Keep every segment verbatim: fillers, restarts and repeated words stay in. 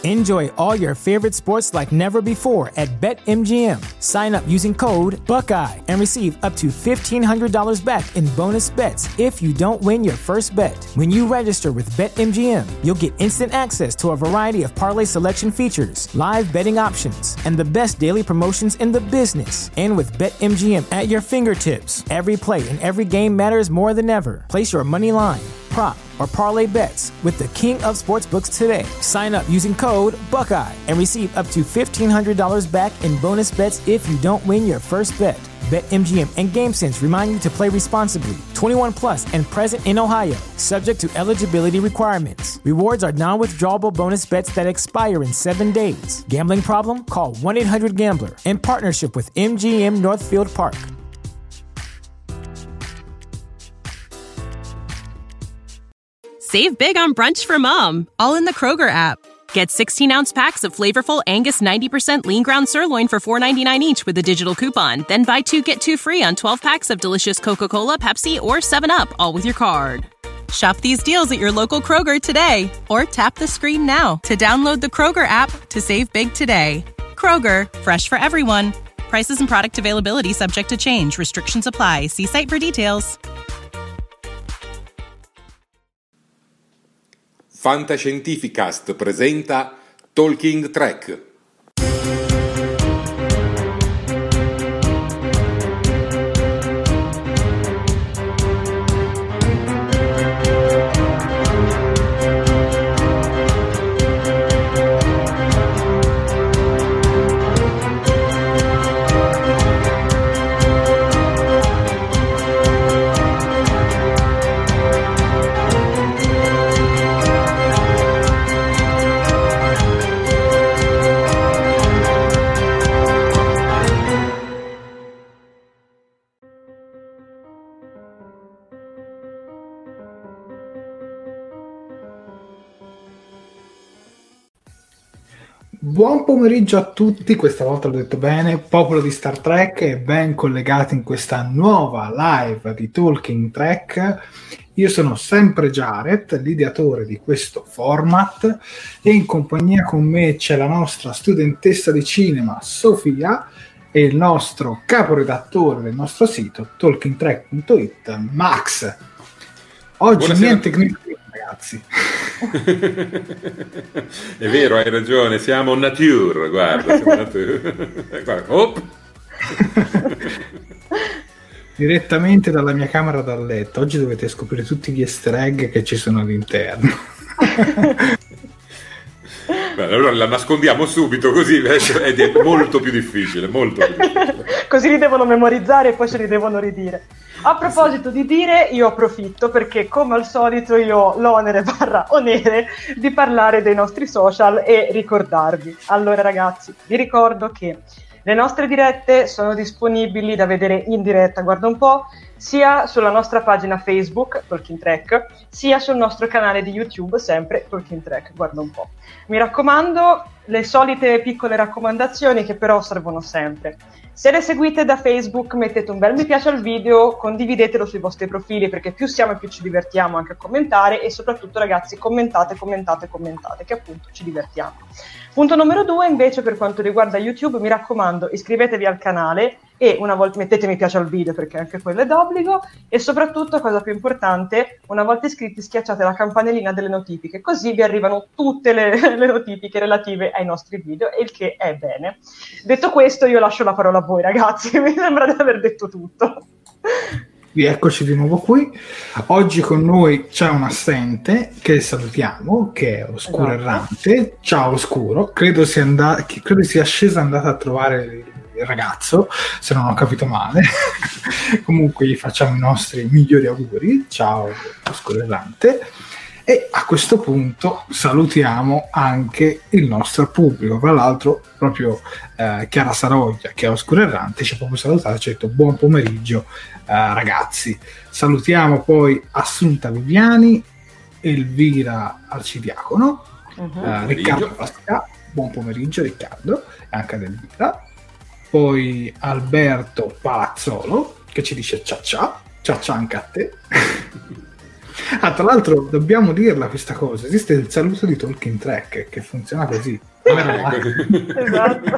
Enjoy all your favorite sports like never before at BetMGM. Sign up using code Buckeye and receive up to fifteen hundred dollars back in bonus bets if you don't win your first bet. When you register with BetMGM, you'll get instant access to a variety of parlay selection features, live betting options, and the best daily promotions in the business. And with BetMGM at your fingertips, every play and every game matters more than ever. Place your money line, prop, or parlay bets with the king of sportsbooks today. Sign up using code Buckeye and receive up to fifteen hundred dollars back in bonus bets if you don't win your first bet. BetMGM and GameSense remind you to play responsibly. twenty-one plus and present in Ohio, subject to eligibility requirements. Rewards are non-withdrawable bonus bets that expire in seven days. Gambling problem? Call one eight hundred gambler in partnership with M G M Northfield Park. Save big on brunch for mom, all in the Kroger app. Get sixteen-ounce packs of flavorful Angus ninety percent lean ground sirloin for four ninety-nine each with a digital coupon. Then buy two, get two free on twelve packs of delicious Coca-Cola, Pepsi, or seven up, all with your card. Shop these deals at your local Kroger today, or tap the screen now to download the Kroger app to save big today. Kroger, fresh for everyone. Prices and product availability subject to change. Restrictions apply. See site for details. Fantascientificast presenta Talking Trek. Buon pomeriggio a tutti, questa volta l'ho detto bene, popolo di Star Trek e ben collegati in questa nuova live di Talking Trek. Io sono sempre Jared, l'ideatore di questo format, e in compagnia con me c'è la nostra studentessa di cinema Sofia e il nostro caporedattore del nostro sito talking trek punto it Max. Oggi Buonasera. niente Gnocchi, ragazzi. È vero, hai ragione, siamo nature, guarda, siamo nature. Guarda, op. Direttamente dalla mia camera da letto. Oggi dovete scoprire tutti gli easter egg che ci sono all'interno. Beh, allora la nascondiamo subito, così è molto più difficile, molto più difficile. Così li devono memorizzare e poi se li devono ridire. A proposito di dire, io approfitto perché come al solito io ho l'onere barra onere di parlare dei nostri social e ricordarvi. Allora ragazzi, vi ricordo che le nostre dirette sono disponibili da vedere in diretta, guarda un po', sia sulla nostra pagina Facebook, Talking Trek, sia sul nostro canale di YouTube, sempre Talking Trek, guarda un po'. Mi raccomando, le solite piccole raccomandazioni che però servono sempre. Se le seguite da Facebook, mettete un bel mi piace al video, condividetelo sui vostri profili, perché più siamo e più ci divertiamo anche a commentare, e soprattutto ragazzi commentate, commentate, commentate, che appunto ci divertiamo. Punto numero due, invece, per quanto riguarda YouTube, mi raccomando, iscrivetevi al canale e una volta mettete mi piace al video, perché anche quello è d'obbligo, e soprattutto, cosa più importante, una volta iscritti schiacciate la campanellina delle notifiche, così vi arrivano tutte le, le notifiche relative ai nostri video, e il che è bene. Detto questo, io lascio la parola a voi ragazzi, mi sembra di aver detto tutto. Eccoci di nuovo qui. Oggi con noi c'è un assente che salutiamo, che è Oscuro Errante. Ciao Oscuro, credo sia, and- credo sia scesa andata a trovare il ragazzo, se non ho capito male. Comunque gli facciamo i nostri migliori auguri. Ciao Oscuro Errante. E a questo punto salutiamo anche il nostro pubblico. Tra l'altro proprio eh, Chiara Saroglia, che è Oscuro Errante, ci ha proprio salutato, ci ha detto buon pomeriggio eh, ragazzi. Salutiamo poi Assunta Viviani, Elvira Arcidiacono, uh-huh. eh, Riccardo Pasca, buon pomeriggio Riccardo, e anche ad Elvira. Poi Alberto Palazzolo, che ci dice ciao ciao, ciao ciao anche a te. Ah, tra l'altro dobbiamo dirla questa cosa, esiste il saluto di Talking Track che funziona così. Esatto.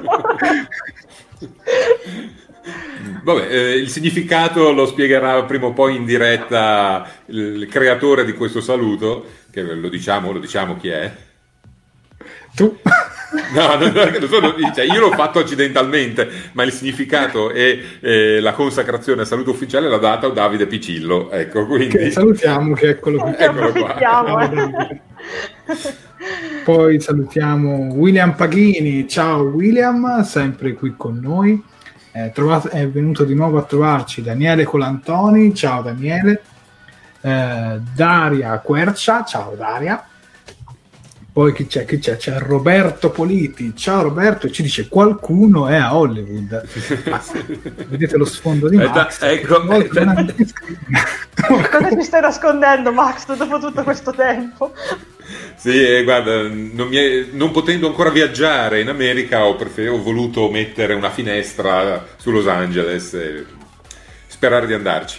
Vabbè, eh, il significato lo spiegherà prima o poi in diretta il creatore di questo saluto, che lo diciamo, lo diciamo chi è? Tu? No, no, no, lo sono, cioè, io l'ho fatto accidentalmente, ma il significato e eh, la consacrazione al saluto ufficiale l'ha data Davide Piccillo, ecco, quindi che salutiamo, che eccolo qui. Eccolo qua. Eh. Poi salutiamo William Paghini, ciao William, sempre qui con noi. Eh, trovato, è venuto di nuovo a trovarci Daniele Colantoni, ciao Daniele. eh, Daria Quercia, ciao Daria. Poi chi c'è? Chi c'è? C'è Roberto Politi, ciao Roberto, e ci dice qualcuno è a Hollywood. Ah, vedete lo sfondo di Max? Eh, ecco, eh, cosa ci stai nascondendo, Max, dopo tutto questo tempo? Sì, eh, guarda, non, mi è, non potendo ancora viaggiare in America ho, prefer- ho voluto mettere una finestra su Los Angeles e sperare di andarci.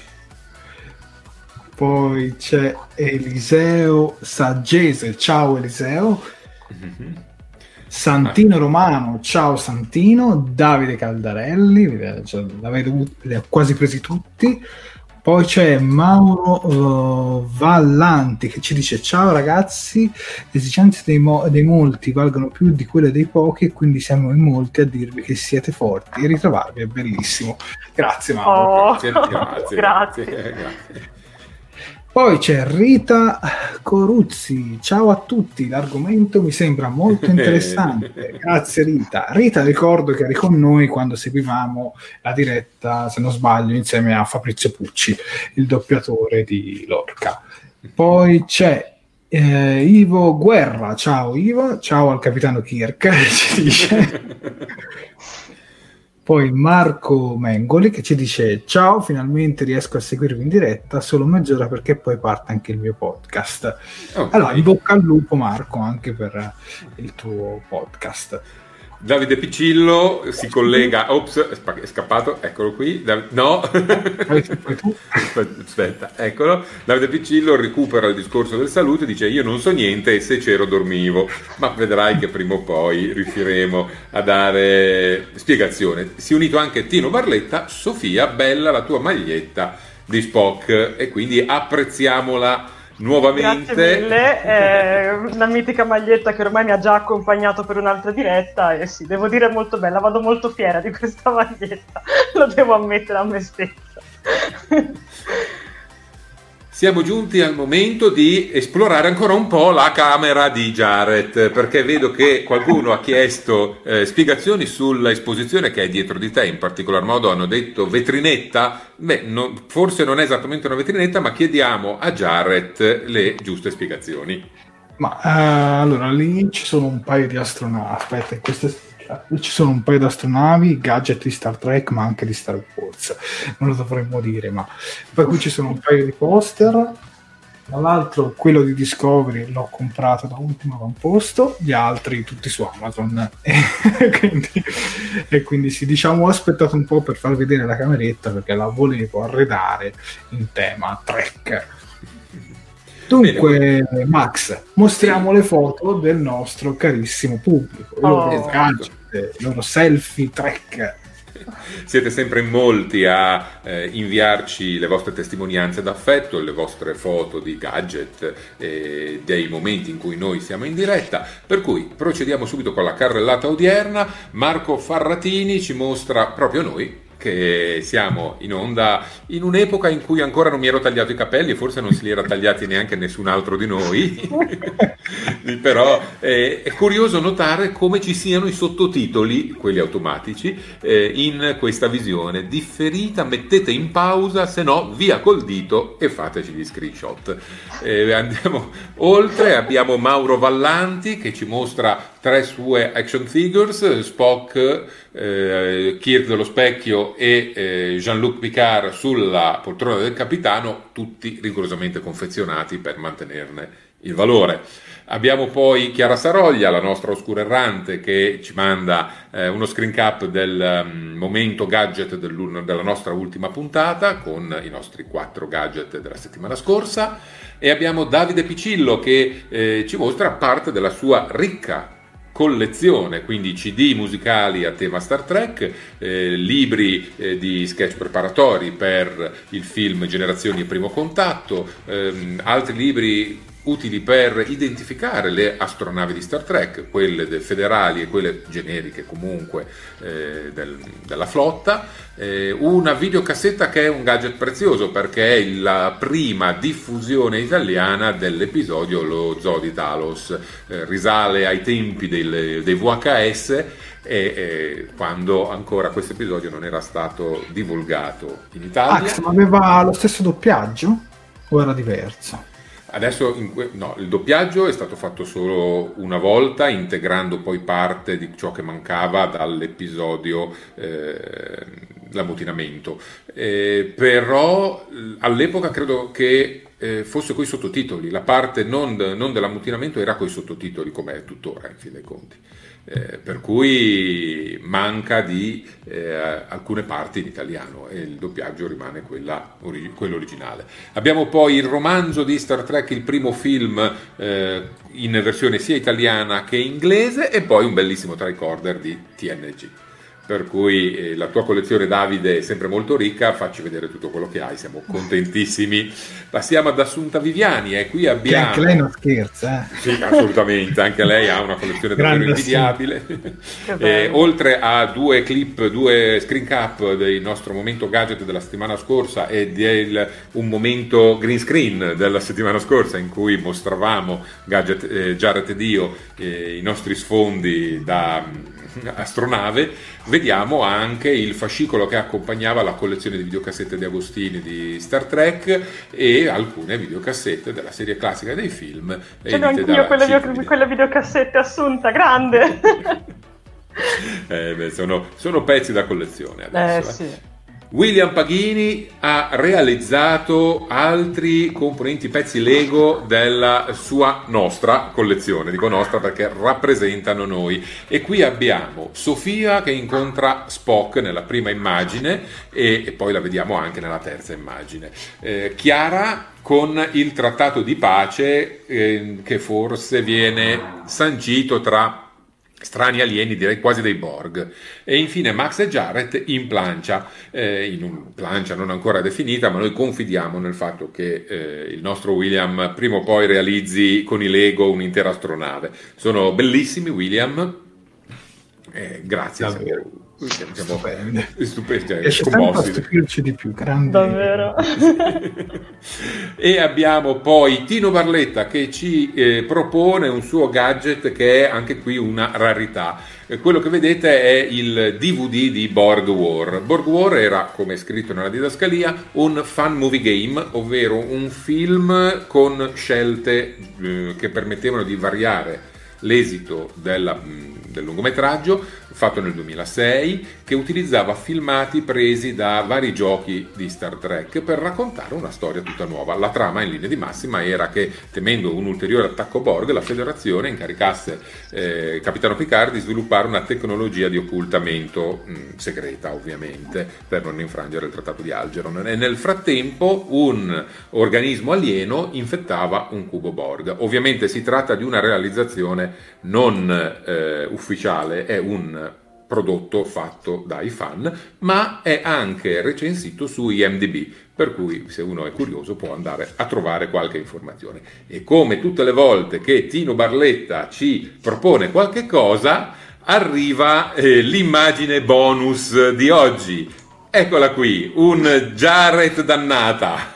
Poi c'è Eliseo Saggese, ciao Eliseo. Mm-hmm. Santino Romano, ciao Santino. Davide Caldarelli, cioè, li ha quasi presi tutti. Poi c'è Mauro uh, Vallanti che ci dice ciao ragazzi, le esigenze dei, mo- dei molti valgono più di quelle dei pochi e quindi siamo in molti a dirvi che siete forti e ritrovarvi è bellissimo. Grazie Mauro. Oh, grazie, grazie, grazie. grazie, grazie. Poi c'è Rita Coruzzi, ciao a tutti, l'argomento mi sembra molto interessante, grazie Rita. Rita ricordo che eri con noi quando seguivamo la diretta, se non sbaglio, insieme a Fabrizio Pucci, il doppiatore di Lorca. Poi c'è eh, Ivo Guerra, ciao Ivo, ciao al capitano Kirk, ci dice. Poi Marco Mengoli che ci dice ciao, finalmente riesco a seguirvi in diretta, solo mezz'ora perché poi parte anche il mio podcast. Okay. Allora, in bocca al lupo Marco anche per il tuo podcast. Davide Piccillo si collega, ops, è scappato, eccolo qui, Dav- no, aspetta, eccolo, Davide Piccillo recupera il discorso del saluto e dice io non so niente e se c'ero dormivo, ma vedrai che prima o poi riusciremo a dare spiegazione. Si è unito anche Tino Barletta, Sofia, bella la tua maglietta di Spock e quindi apprezziamola nuovamente. Grazie mille, è una mitica maglietta che ormai mi ha già accompagnato per un'altra diretta e sì, devo dire molto bella, vado molto fiera di questa maglietta, lo devo ammettere a me stessa. Siamo giunti al momento di esplorare ancora un po' la camera di Jared, perché vedo che qualcuno ha chiesto eh, spiegazioni sulla esposizione che è dietro di te, in particolar modo hanno detto vetrinetta. Beh, no, forse non è esattamente una vetrinetta, ma chiediamo a Jared le giuste spiegazioni. Ma uh, allora lì ci sono un paio di astronavi, aspetta, queste... ci sono un paio di astronavi, gadget di Star Trek ma anche di Star Wars, non lo dovremmo dire, ma poi qui ci sono un paio di poster. Tra l'altro quello di Discovery l'ho comprato da ultimo da un posto, gli altri tutti su Amazon e quindi, e quindi sì, diciamo ho aspettato un po' per far vedere la cameretta perché la volevo arredare in tema Trek. Dunque, bene. Max, mostriamo sì. le foto del nostro carissimo pubblico, i oh. esatto. loro gadget, i loro selfie Trek. Siete sempre in molti a eh, inviarci le vostre testimonianze d'affetto, le vostre foto di gadget e dei momenti in cui noi siamo in diretta, per cui procediamo subito con la carrellata odierna. Marco Farratini ci mostra proprio noi che siamo in onda in un'epoca in cui ancora non mi ero tagliato i capelli e forse non se li era tagliati neanche nessun altro di noi però eh, è curioso notare come ci siano i sottotitoli, quelli automatici, eh, in questa visione differita. Mettete in pausa, se no via col dito e fateci gli screenshot. Eh, andiamo oltre, abbiamo Mauro Vallanti che ci mostra tre sue action figures, Spock, eh, Kirk dello specchio e eh, Jean-Luc Picard sulla poltrona del capitano, tutti rigorosamente confezionati per mantenerne il valore. Abbiamo poi Chiara Saroglia, la nostra oscura errante, che ci manda eh, uno screen cap del um, momento gadget del, della nostra ultima puntata con i nostri quattro gadget della settimana scorsa, e abbiamo Davide Picillo che eh, ci mostra parte della sua ricca collezione, quindi C D musicali a tema Star Trek, eh, libri eh, di sketch preparatori per il film Generazioni e Primo Contatto, ehm, altri libri utili per identificare le astronavi di Star Trek, quelle de- federali e quelle generiche comunque eh, del, della flotta, eh, una videocassetta che è un gadget prezioso perché è la prima diffusione italiana dell'episodio Lo Zoo di Talos, eh, risale ai tempi del, dei V H S e eh, quando ancora questo episodio non era stato divulgato in Italia. Ah, ma aveva lo stesso doppiaggio o era diverso? Adesso in que- no, il doppiaggio è stato fatto solo una volta, integrando poi parte di ciò che mancava dall'episodio eh, L'ammutinamento. Eh, però all'epoca credo che eh, fosse coi sottotitoli, la parte non, non dell'ammutinamento era coi sottotitoli, come è tuttora in fin dei conti. Eh, per cui manca di eh, alcune parti in italiano e il doppiaggio rimane quella, ori- quello originale. Abbiamo poi il romanzo di Star Trek, il primo film eh, in versione sia italiana che inglese, e poi un bellissimo tricorder di T N G. Per cui eh, la tua collezione, Davide, è sempre molto ricca, facci vedere tutto quello che hai, siamo contentissimi. Passiamo ad Assunta Viviani e qui abbiamo... Che anche lei non scherza, eh? Sì, assolutamente, anche lei ha una collezione davvero invidiabile. Eh, oltre a due clip, due screen cap del nostro momento gadget della settimana scorsa e del un momento green screen della settimana scorsa in cui mostravamo gadget, eh, Jared ed io, eh, i nostri sfondi da astronave, vediamo anche il fascicolo che accompagnava la collezione di videocassette di Agostini di Star Trek e alcune videocassette della serie classica dei film. Ce l'ho anch'io quelle, video, quelle videocassette, Assunta, grande! eh, beh, sono, sono pezzi da collezione adesso. Eh, sì. eh. William Paghini ha realizzato altri componenti, pezzi Lego della sua nostra collezione, dico nostra perché rappresentano noi, e qui abbiamo Sofia che incontra Spock nella prima immagine e, e poi la vediamo anche nella terza immagine, eh, Chiara con il trattato di pace eh, che forse viene sancito tra strani alieni, direi quasi dei Borg, e infine Max e Jared in plancia, eh, in un plancia non ancora definita, ma noi confidiamo nel fatto che eh, il nostro William prima o poi realizzi con i Lego un'intera astronave. Sono bellissimi, William, eh, grazie. Davvero. Siamo, siamo Stupende. stupendi, cioè, riesce sempre a stupirci di più, grande. Davvero. E abbiamo poi Tino Barletta che ci eh, propone un suo gadget che è anche qui una rarità. Eh, quello che vedete è il D V D di Borg War. Borg War era, come è scritto nella didascalia, un fan movie game, ovvero un film con scelte eh, che permettevano di variare l'esito della, del lungometraggio, fatto nel duemilasei, che utilizzava filmati presi da vari giochi di Star Trek per raccontare una storia tutta nuova. La trama in linea di massima era che, temendo un ulteriore attacco Borg, la Federazione incaricasse eh, Capitano Picard di sviluppare una tecnologia di occultamento mh, segreta, ovviamente, per non infrangere il trattato di Algeron. E nel frattempo un organismo alieno infettava un cubo Borg. Ovviamente si tratta di una realizzazione non eh, ufficiale, è un prodotto fatto dai fan, ma è anche recensito su I M D B, per cui se uno è curioso può andare a trovare qualche informazione. E come tutte le volte che Tino Barletta ci propone qualche cosa, arriva eh, l'immagine bonus di oggi. Eccola qui, un Jared dannata.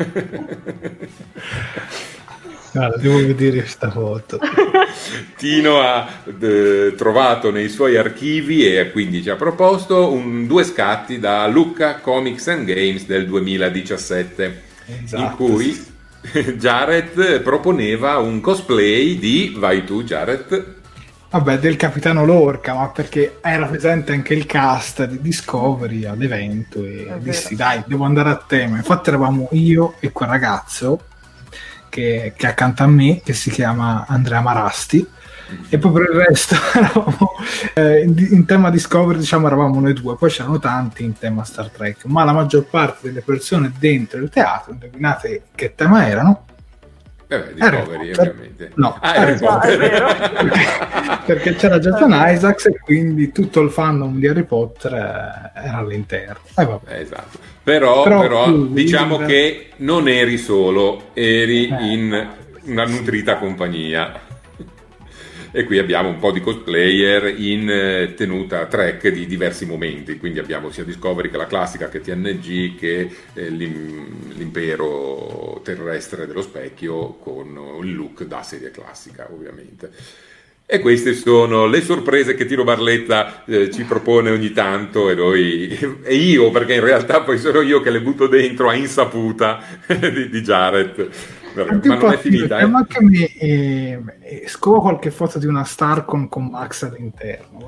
Guarda, devo vedere questa foto. Tino ha eh, trovato nei suoi archivi e quindi ci ha proposto un, due scatti da Lucca Comics and Games del duemiladiciassette, esatto, in cui sì. Jared proponeva un cosplay di, vai tu Jared. Vabbè, del capitano Lorca, ma perché era presente anche il cast di Discovery all'evento e dissi dai, devo andare a tema. Infatti eravamo io e quel ragazzo che, che è accanto a me, che si chiama Andrea Marasti, e poi per il resto eravamo, eh, in, in tema Discovery, diciamo, eravamo noi due, poi c'erano tanti in tema Star Trek, ma la maggior parte delle persone dentro il teatro, indovinate che tema erano? Eh, Discovery, ovviamente. No, ah, Harry Potter. perché, perché c'era Jason Isaacs e quindi tutto il fandom di Harry Potter eh, era all'interno. Eh, vabbè. Esatto. Però, però, però tu, diciamo in... che non eri solo, eri eh. in una nutrita compagnia. E qui abbiamo un po' di cosplayer in eh, tenuta Trek di diversi momenti, quindi abbiamo sia Discovery che la classica, che T N G, che eh, l'im- l'impero terrestre dello specchio, con il look da serie classica ovviamente. E queste sono le sorprese che Tino Barletta eh, ci propone ogni tanto, e noi e io, perché in realtà poi sono io che le butto dentro a insaputa di, di Jared. Ma non è finita, eh? Ma anche me eh, eh, scovo qualche foto di una Starcon con Max all'interno.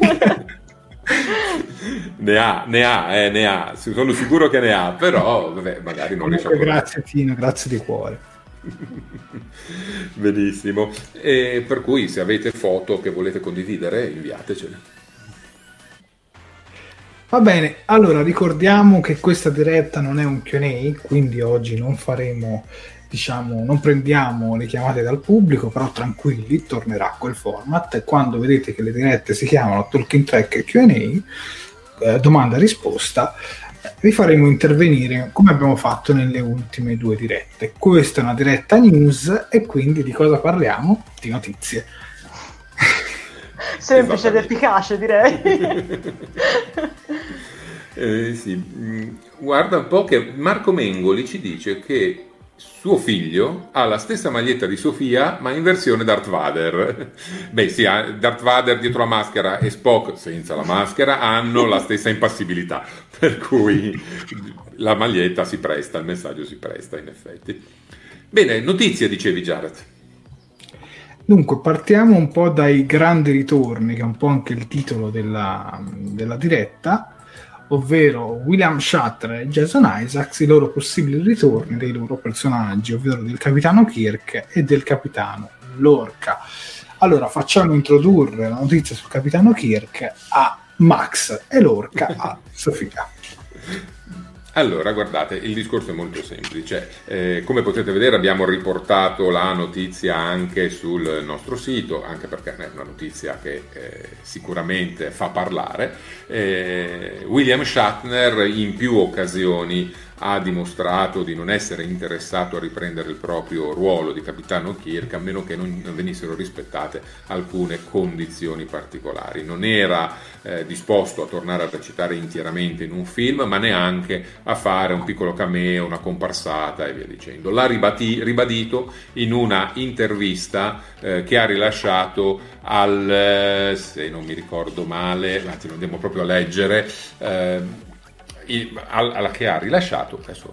ne ha, ne ha, eh, ne ha, sono sicuro che ne ha, però vabbè, magari non riesce a... Grazie Tino, grazie di cuore. Benissimo, e per cui se avete foto che volete condividere, inviatecele. Va bene, allora ricordiamo che questa diretta non è un Q and A, quindi oggi non faremo, diciamo, non prendiamo le chiamate dal pubblico, però tranquilli, tornerà quel format, e quando vedete che le dirette si chiamano Talking Track e Q and A, eh, domanda e risposta, vi faremo intervenire come abbiamo fatto nelle ultime due dirette. Questa è una diretta news e quindi di cosa parliamo? Di notizie. Semplice ed efficace, direi. eh, sì. Guarda un po' che Marco Mengoli ci dice che suo figlio ha la stessa maglietta di Sofia, ma in versione Darth Vader. Beh sì, Darth Vader dietro la maschera e Spock senza la maschera hanno la stessa impassibilità, per cui la maglietta si presta, il messaggio si presta in effetti. Bene, notizie, dicevi Jared. Dunque, partiamo un po' dai grandi ritorni, che è un po' anche il titolo della, della diretta, ovvero William Shatner e Jason Isaacs, i loro possibili ritorni dei loro personaggi, ovvero del capitano Kirk e del capitano Lorca. Allora, facciamo introdurre la notizia sul capitano Kirk a Max e Lorca a Sofia. Allora, guardate, il discorso è molto semplice. Eh, come potete vedere abbiamo riportato la notizia anche sul nostro sito, anche perché è una notizia che eh, sicuramente fa parlare. Eh, William Shatner in più occasioni ha dimostrato di non essere interessato a riprendere il proprio ruolo di capitano Kirk, a meno che non venissero rispettate alcune condizioni particolari. Non era eh, disposto a tornare a recitare interamente in un film, ma neanche a fare un piccolo cameo, una comparsata e via dicendo. L'ha ribati- ribadito in una intervista eh, che ha rilasciato al, eh, se non mi ricordo male, anzi lo andiamo proprio a leggere, eh, alla che ha rilasciato, adesso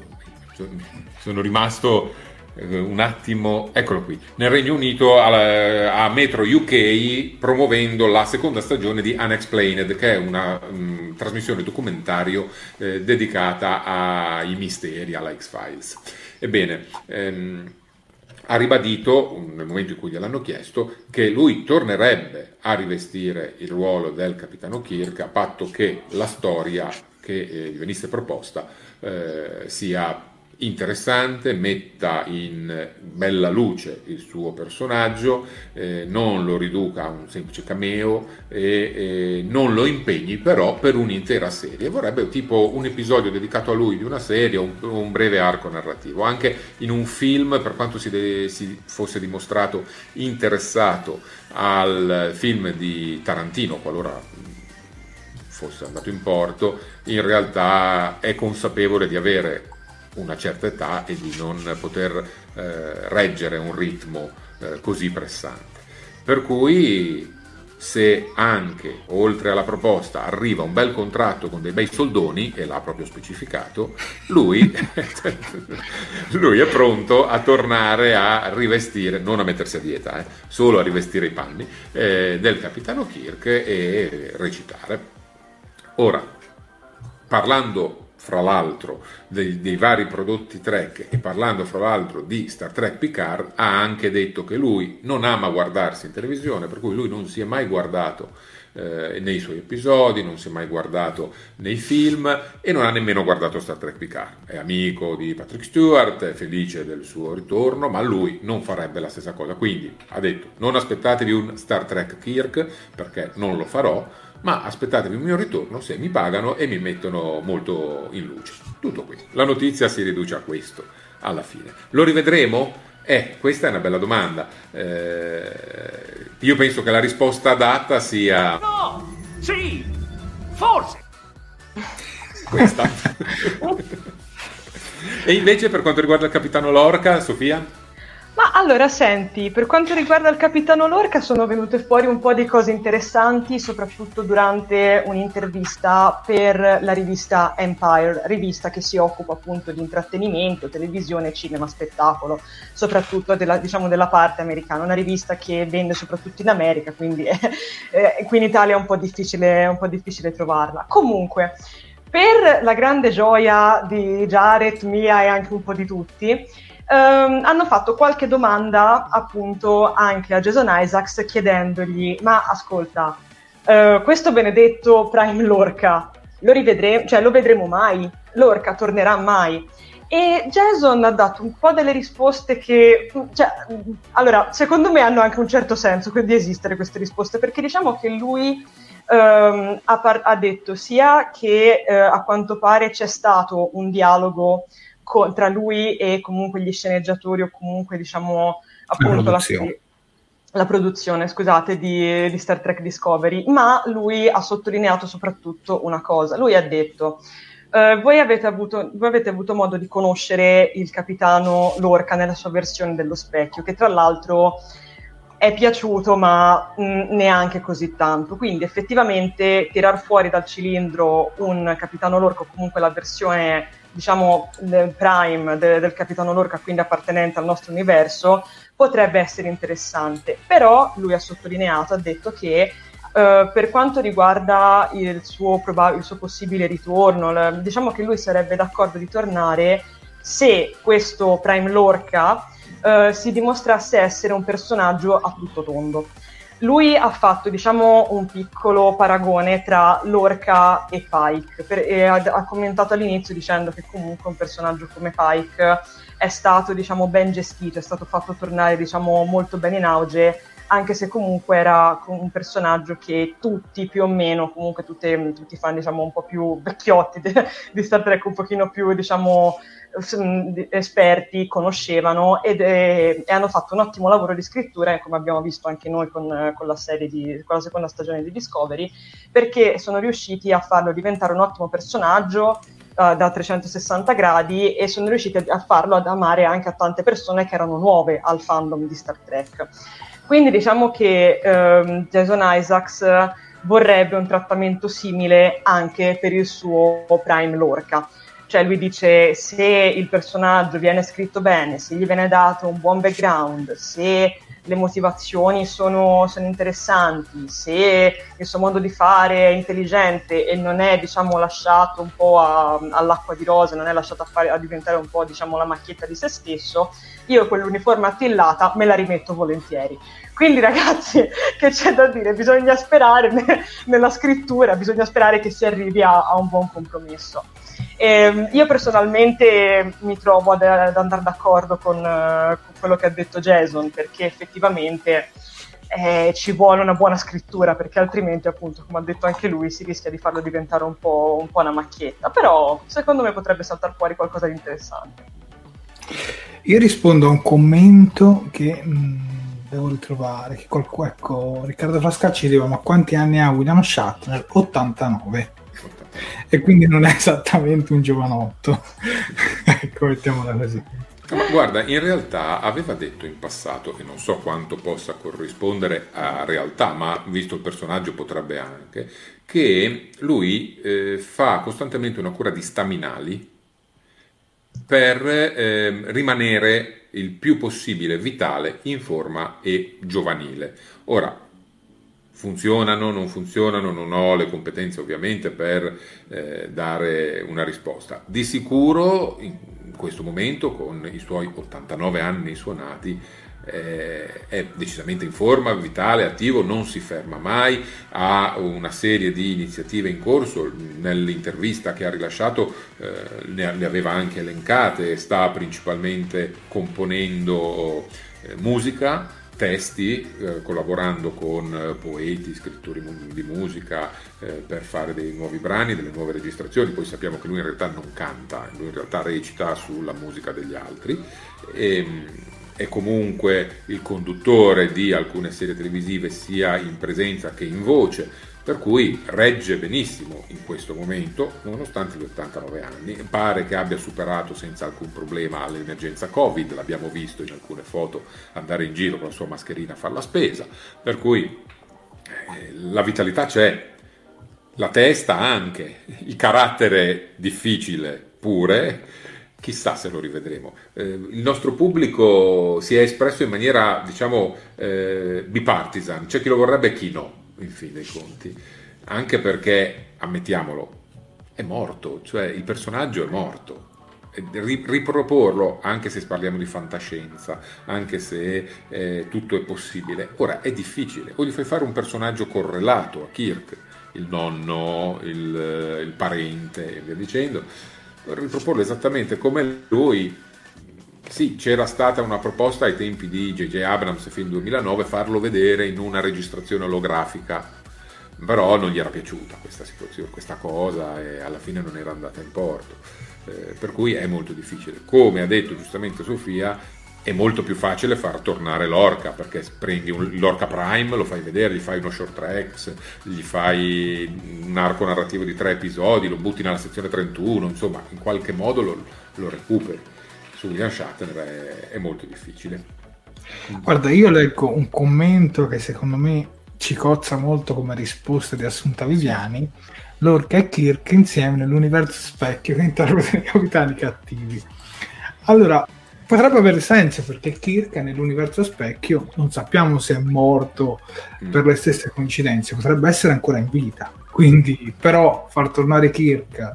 sono rimasto un attimo, eccolo qui, nel Regno Unito a Metro U K, promuovendo la seconda stagione di Unexplained, che è una um, trasmissione documentario eh, dedicata ai misteri, alla X-Files. Ebbene, ehm, ha ribadito, nel momento in cui gliel'hanno chiesto, che lui tornerebbe a rivestire il ruolo del capitano Kirk a patto che la storia che eh, gli venisse proposta eh, sia interessante, metta in bella luce il suo personaggio, eh, non lo riduca a un semplice cameo e eh, non lo impegni però per un'intera serie. Vorrebbe tipo un episodio dedicato a lui di una serie, un, un breve arco narrativo. Anche in un film, per quanto si, de- si fosse dimostrato interessato al film di Tarantino, qualora fosse andato in porto, in realtà è consapevole di avere una certa età e di non poter eh, reggere un ritmo eh, così pressante. Per cui se anche oltre alla proposta arriva un bel contratto con dei bei soldoni, e l'ha proprio specificato, lui, lui è pronto a tornare a rivestire, non a mettersi a dieta, eh, solo a rivestire i panni eh, del capitano Kirk e recitare. Ora, parlando fra l'altro dei, dei vari prodotti Trek e parlando fra l'altro di Star Trek Picard, ha anche detto che lui non ama guardarsi in televisione, per cui lui non si è mai guardato eh, nei suoi episodi, non si è mai guardato nei film e non ha nemmeno guardato Star Trek Picard. È amico di Patrick Stewart, è felice del suo ritorno, ma lui non farebbe la stessa cosa. Quindi ha detto: non aspettatevi un Star Trek Kirk, perché non lo farò, ma aspettatevi il mio ritorno se mi pagano e mi mettono molto in luce. Tutto qui. La notizia si riduce a questo alla fine. Lo rivedremo? Eh, questa è una bella domanda. Eh, io penso che la risposta data sia... No! Sì! Forse! Questa. E invece per quanto riguarda il capitano Lorca, Sofia? Ma allora, senti, per quanto riguarda il capitano Lorca sono venute fuori un po' di cose interessanti, soprattutto durante un'intervista per la rivista Empire, rivista che si occupa appunto di intrattenimento, televisione, cinema, spettacolo, soprattutto della, diciamo, della parte americana, una rivista che vende soprattutto in America, quindi eh, eh, qui in Italia è un po' difficile, è un po' difficile trovarla. Comunque, per la grande gioia di Jared, mia e anche un po' di tutti, Um, hanno fatto qualche domanda appunto anche a Jason Isaacs, chiedendogli: ma ascolta, uh, questo benedetto Prime Lorca lo rivedremo, cioè lo vedremo mai? Lorca tornerà mai? E Jason ha dato un po' delle risposte che, cioè, allora, secondo me hanno anche un certo senso di esistere queste risposte, perché diciamo che lui um, ha, par- ha detto sia che uh, a quanto pare c'è stato un dialogo Con, tra lui e comunque gli sceneggiatori, o comunque diciamo appunto la produzione, la, la produzione scusate, di, di Star Trek Discovery, ma lui ha sottolineato soprattutto una cosa. Lui ha detto: uh, voi, avete avuto, voi avete avuto modo di conoscere il capitano Lorca nella sua versione dello specchio, che tra l'altro è piaciuto, ma mh, neanche così tanto. Quindi effettivamente tirar fuori dal cilindro un capitano Lorca, o comunque la versione diciamo del Prime de, del capitano Lorca, quindi appartenente al nostro universo, potrebbe essere interessante. Però lui ha sottolineato, ha detto che uh, per quanto riguarda il suo, proba- il suo possibile ritorno, l- diciamo che lui sarebbe d'accordo di tornare se questo Prime Lorca uh, si dimostrasse essere un personaggio a tutto tondo. Lui ha fatto, diciamo, un piccolo paragone tra Lorca e Pike, per, e ha, ha commentato all'inizio dicendo che comunque un personaggio come Pike è stato, diciamo, ben gestito, è stato fatto tornare, diciamo, molto bene in auge, anche se comunque era un personaggio che tutti più o meno, comunque tutte, tutti i fan, diciamo, un po' più vecchiotti di, di Star Trek, un pochino più, diciamo, esperti conoscevano, ed è, e hanno fatto un ottimo lavoro di scrittura, come abbiamo visto anche noi con, con la serie di, con la seconda stagione di Discovery, perché sono riusciti a farlo diventare un ottimo personaggio uh, da trecentosessanta gradi, e sono riusciti a, a farlo ad amare anche a tante persone che erano nuove al fandom di Star Trek. Quindi diciamo che um, Jason Isaacs vorrebbe un trattamento simile anche per il suo Prime Lorca. Cioè lui dice: se il personaggio viene scritto bene, se gli viene dato un buon background, se le motivazioni sono, sono interessanti, se il suo modo di fare è intelligente e non è, diciamo, lasciato un po' a, all'acqua di rose, non è lasciato a, fare, a diventare un po', diciamo, la macchietta di se stesso, io quell'uniforme attillata me la rimetto volentieri. Quindi ragazzi, che c'è da dire? Bisogna sperare ne, nella scrittura, bisogna sperare che si arrivi a, a un buon compromesso. E io personalmente mi trovo ad, ad andare d'accordo con, uh, con quello che ha detto Jason, perché effettivamente eh, ci vuole una buona scrittura, perché altrimenti, appunto, come ha detto anche lui, si rischia di farlo diventare un po', un po' una macchietta. Però secondo me potrebbe saltare fuori qualcosa di interessante. Io rispondo a un commento che mh, devo ritrovare, che qualcuno, ecco, Riccardo Frascacci diceva: ma quanti anni ha William Shatner? ottantanove. E quindi non è esattamente un giovanotto. Ecco, mettiamola così. Ma guarda, in realtà aveva detto in passato, e non so quanto possa corrispondere a realtà, ma visto il personaggio potrebbe anche, che lui eh, fa costantemente una cura di staminali per eh, rimanere il più possibile vitale, in forma e giovanile. Ora, funzionano, non funzionano, non ho le competenze ovviamente per eh, dare una risposta. Di sicuro in questo momento, con i suoi ottantanove anni suonati, eh, è decisamente in forma, vitale, attivo, non si ferma mai, ha una serie di iniziative in corso. Nell'intervista che ha rilasciato eh, ne, ne aveva anche elencate, sta principalmente componendo eh, musica, testi, eh, collaborando con eh, poeti, scrittori mu- di musica eh, per fare dei nuovi brani, delle nuove registrazioni. Poi sappiamo che lui in realtà non canta, lui in realtà recita sulla musica degli altri. E, è comunque il conduttore di alcune serie televisive sia in presenza che in voce, per cui regge benissimo in questo momento nonostante gli ottantanove anni. Pare che abbia superato senza alcun problema l'emergenza Covid, l'abbiamo visto in alcune foto andare in giro con la sua mascherina a fare la spesa, per cui eh, la vitalità c'è, la testa anche, il carattere difficile pure. Chissà se lo rivedremo. Eh, il nostro pubblico si è espresso in maniera, diciamo, eh, bipartisan. C'è chi lo vorrebbe e chi no, in fin dei conti. Anche perché, ammettiamolo, è morto, cioè il personaggio è morto. Riproporlo, anche se parliamo di fantascienza, anche se eh, tutto è possibile, ora è difficile. O gli fai fare un personaggio correlato a Kirk, il nonno, il, il parente e via dicendo, riproporlo esattamente come lui. Sì, c'era stata una proposta ai tempi di J J Abrams, film duemilanove, farlo vedere in una registrazione olografica, però non gli era piaciuta questa situazione, questa cosa, e alla fine non era andata in porto, eh, per cui è molto difficile. Come ha detto giustamente Sofia, è molto più facile far tornare Lorca, perché prendi un Lorca Prime, lo fai vedere, gli fai uno short tracks, gli fai un arco narrativo di tre episodi, lo butti nella sezione trentuno, insomma, in qualche modo lo, lo recuperi. Su William Shatner è, è molto difficile. Guarda, io leggo un commento che secondo me ci cozza molto come risposta di Assunta Viviani: Lorca e Kirk insieme nell'universo specchio che interpretano i capitani cattivi. Allora, potrebbe avere senso, perché Kirk nell'universo specchio non sappiamo se è morto mm. per le stesse coincidenze, potrebbe essere ancora in vita, quindi però far tornare Kirk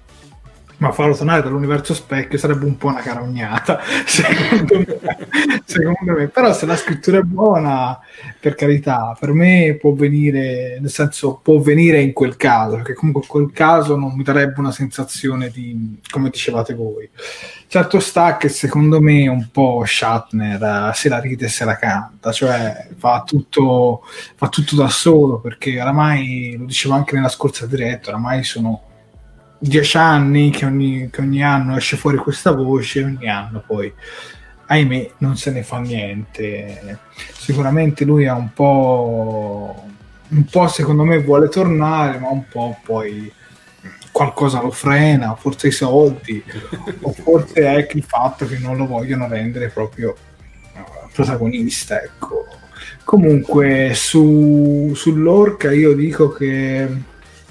ma farlo tornare dall'universo specchio sarebbe un po' una carognata, secondo me. Secondo me. Però se la scrittura è buona, per carità, per me può venire, nel senso può venire in quel caso, perché comunque in quel caso non mi darebbe una sensazione di, come dicevate voi. Certo sta che secondo me un po' Shatner se la ride e se la canta, cioè fa tutto, fa tutto da solo, perché oramai, lo dicevo anche nella scorsa diretta, oramai sono dieci anni che ogni, che ogni anno esce fuori questa voce, ogni anno poi, ahimè, non se ne fa niente. Sicuramente lui ha un po', un po' secondo me vuole tornare, ma un po' poi qualcosa lo frena, forse i soldi, o forse è il fatto che non lo vogliono rendere proprio protagonista, ecco. Comunque su, sull'Orca io dico che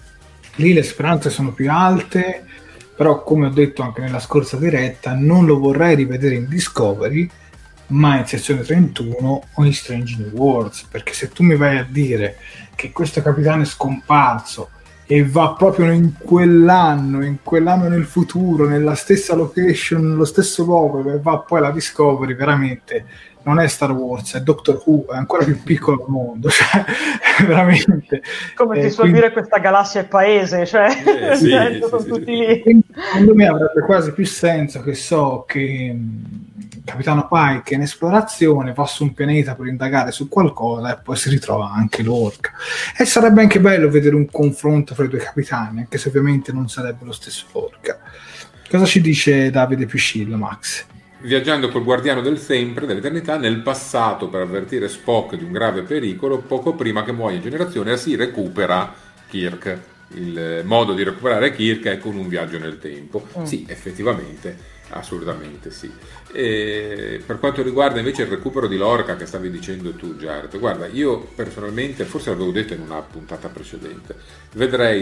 lì le speranze sono più alte, però come ho detto anche nella scorsa diretta, non lo vorrei rivedere in Discovery, ma in sezione trentuno o in Strange New Worlds, perché se tu mi vai a dire che questo capitano è scomparso e va proprio in quell'anno, in quell'anno nel futuro, nella stessa location, nello stesso luogo, e va poi la Discovery, veramente non è Star Wars, è Doctor Who, è ancora più piccolo del mondo, cioè veramente. Come ti eh, suol quindi... dire questa galassia è paese, cioè eh, sì, sì, sono sì, tutti sì. lì. Quindi, secondo me avrebbe quasi più senso che so che mh, Capitano Pike è in esplorazione, va su un pianeta per indagare su qualcosa e poi si ritrova anche l'Orca. E sarebbe anche bello vedere un confronto fra i due capitani, anche se ovviamente non sarebbe lo stesso Lorca. Cosa ci dice Davide Piscillo, Max? Viaggiando col guardiano del sempre, dell'eternità, nel passato per avvertire Spock di un grave pericolo, poco prima che muoia in generazione si recupera Kirk. Il modo di recuperare Kirk è con un viaggio nel tempo. Mm. Sì, effettivamente Assolutamente sì. E per quanto riguarda invece il recupero di Lorca che stavi dicendo tu, Jared, guarda, io personalmente, forse l'avevo detto in una puntata precedente, vedrei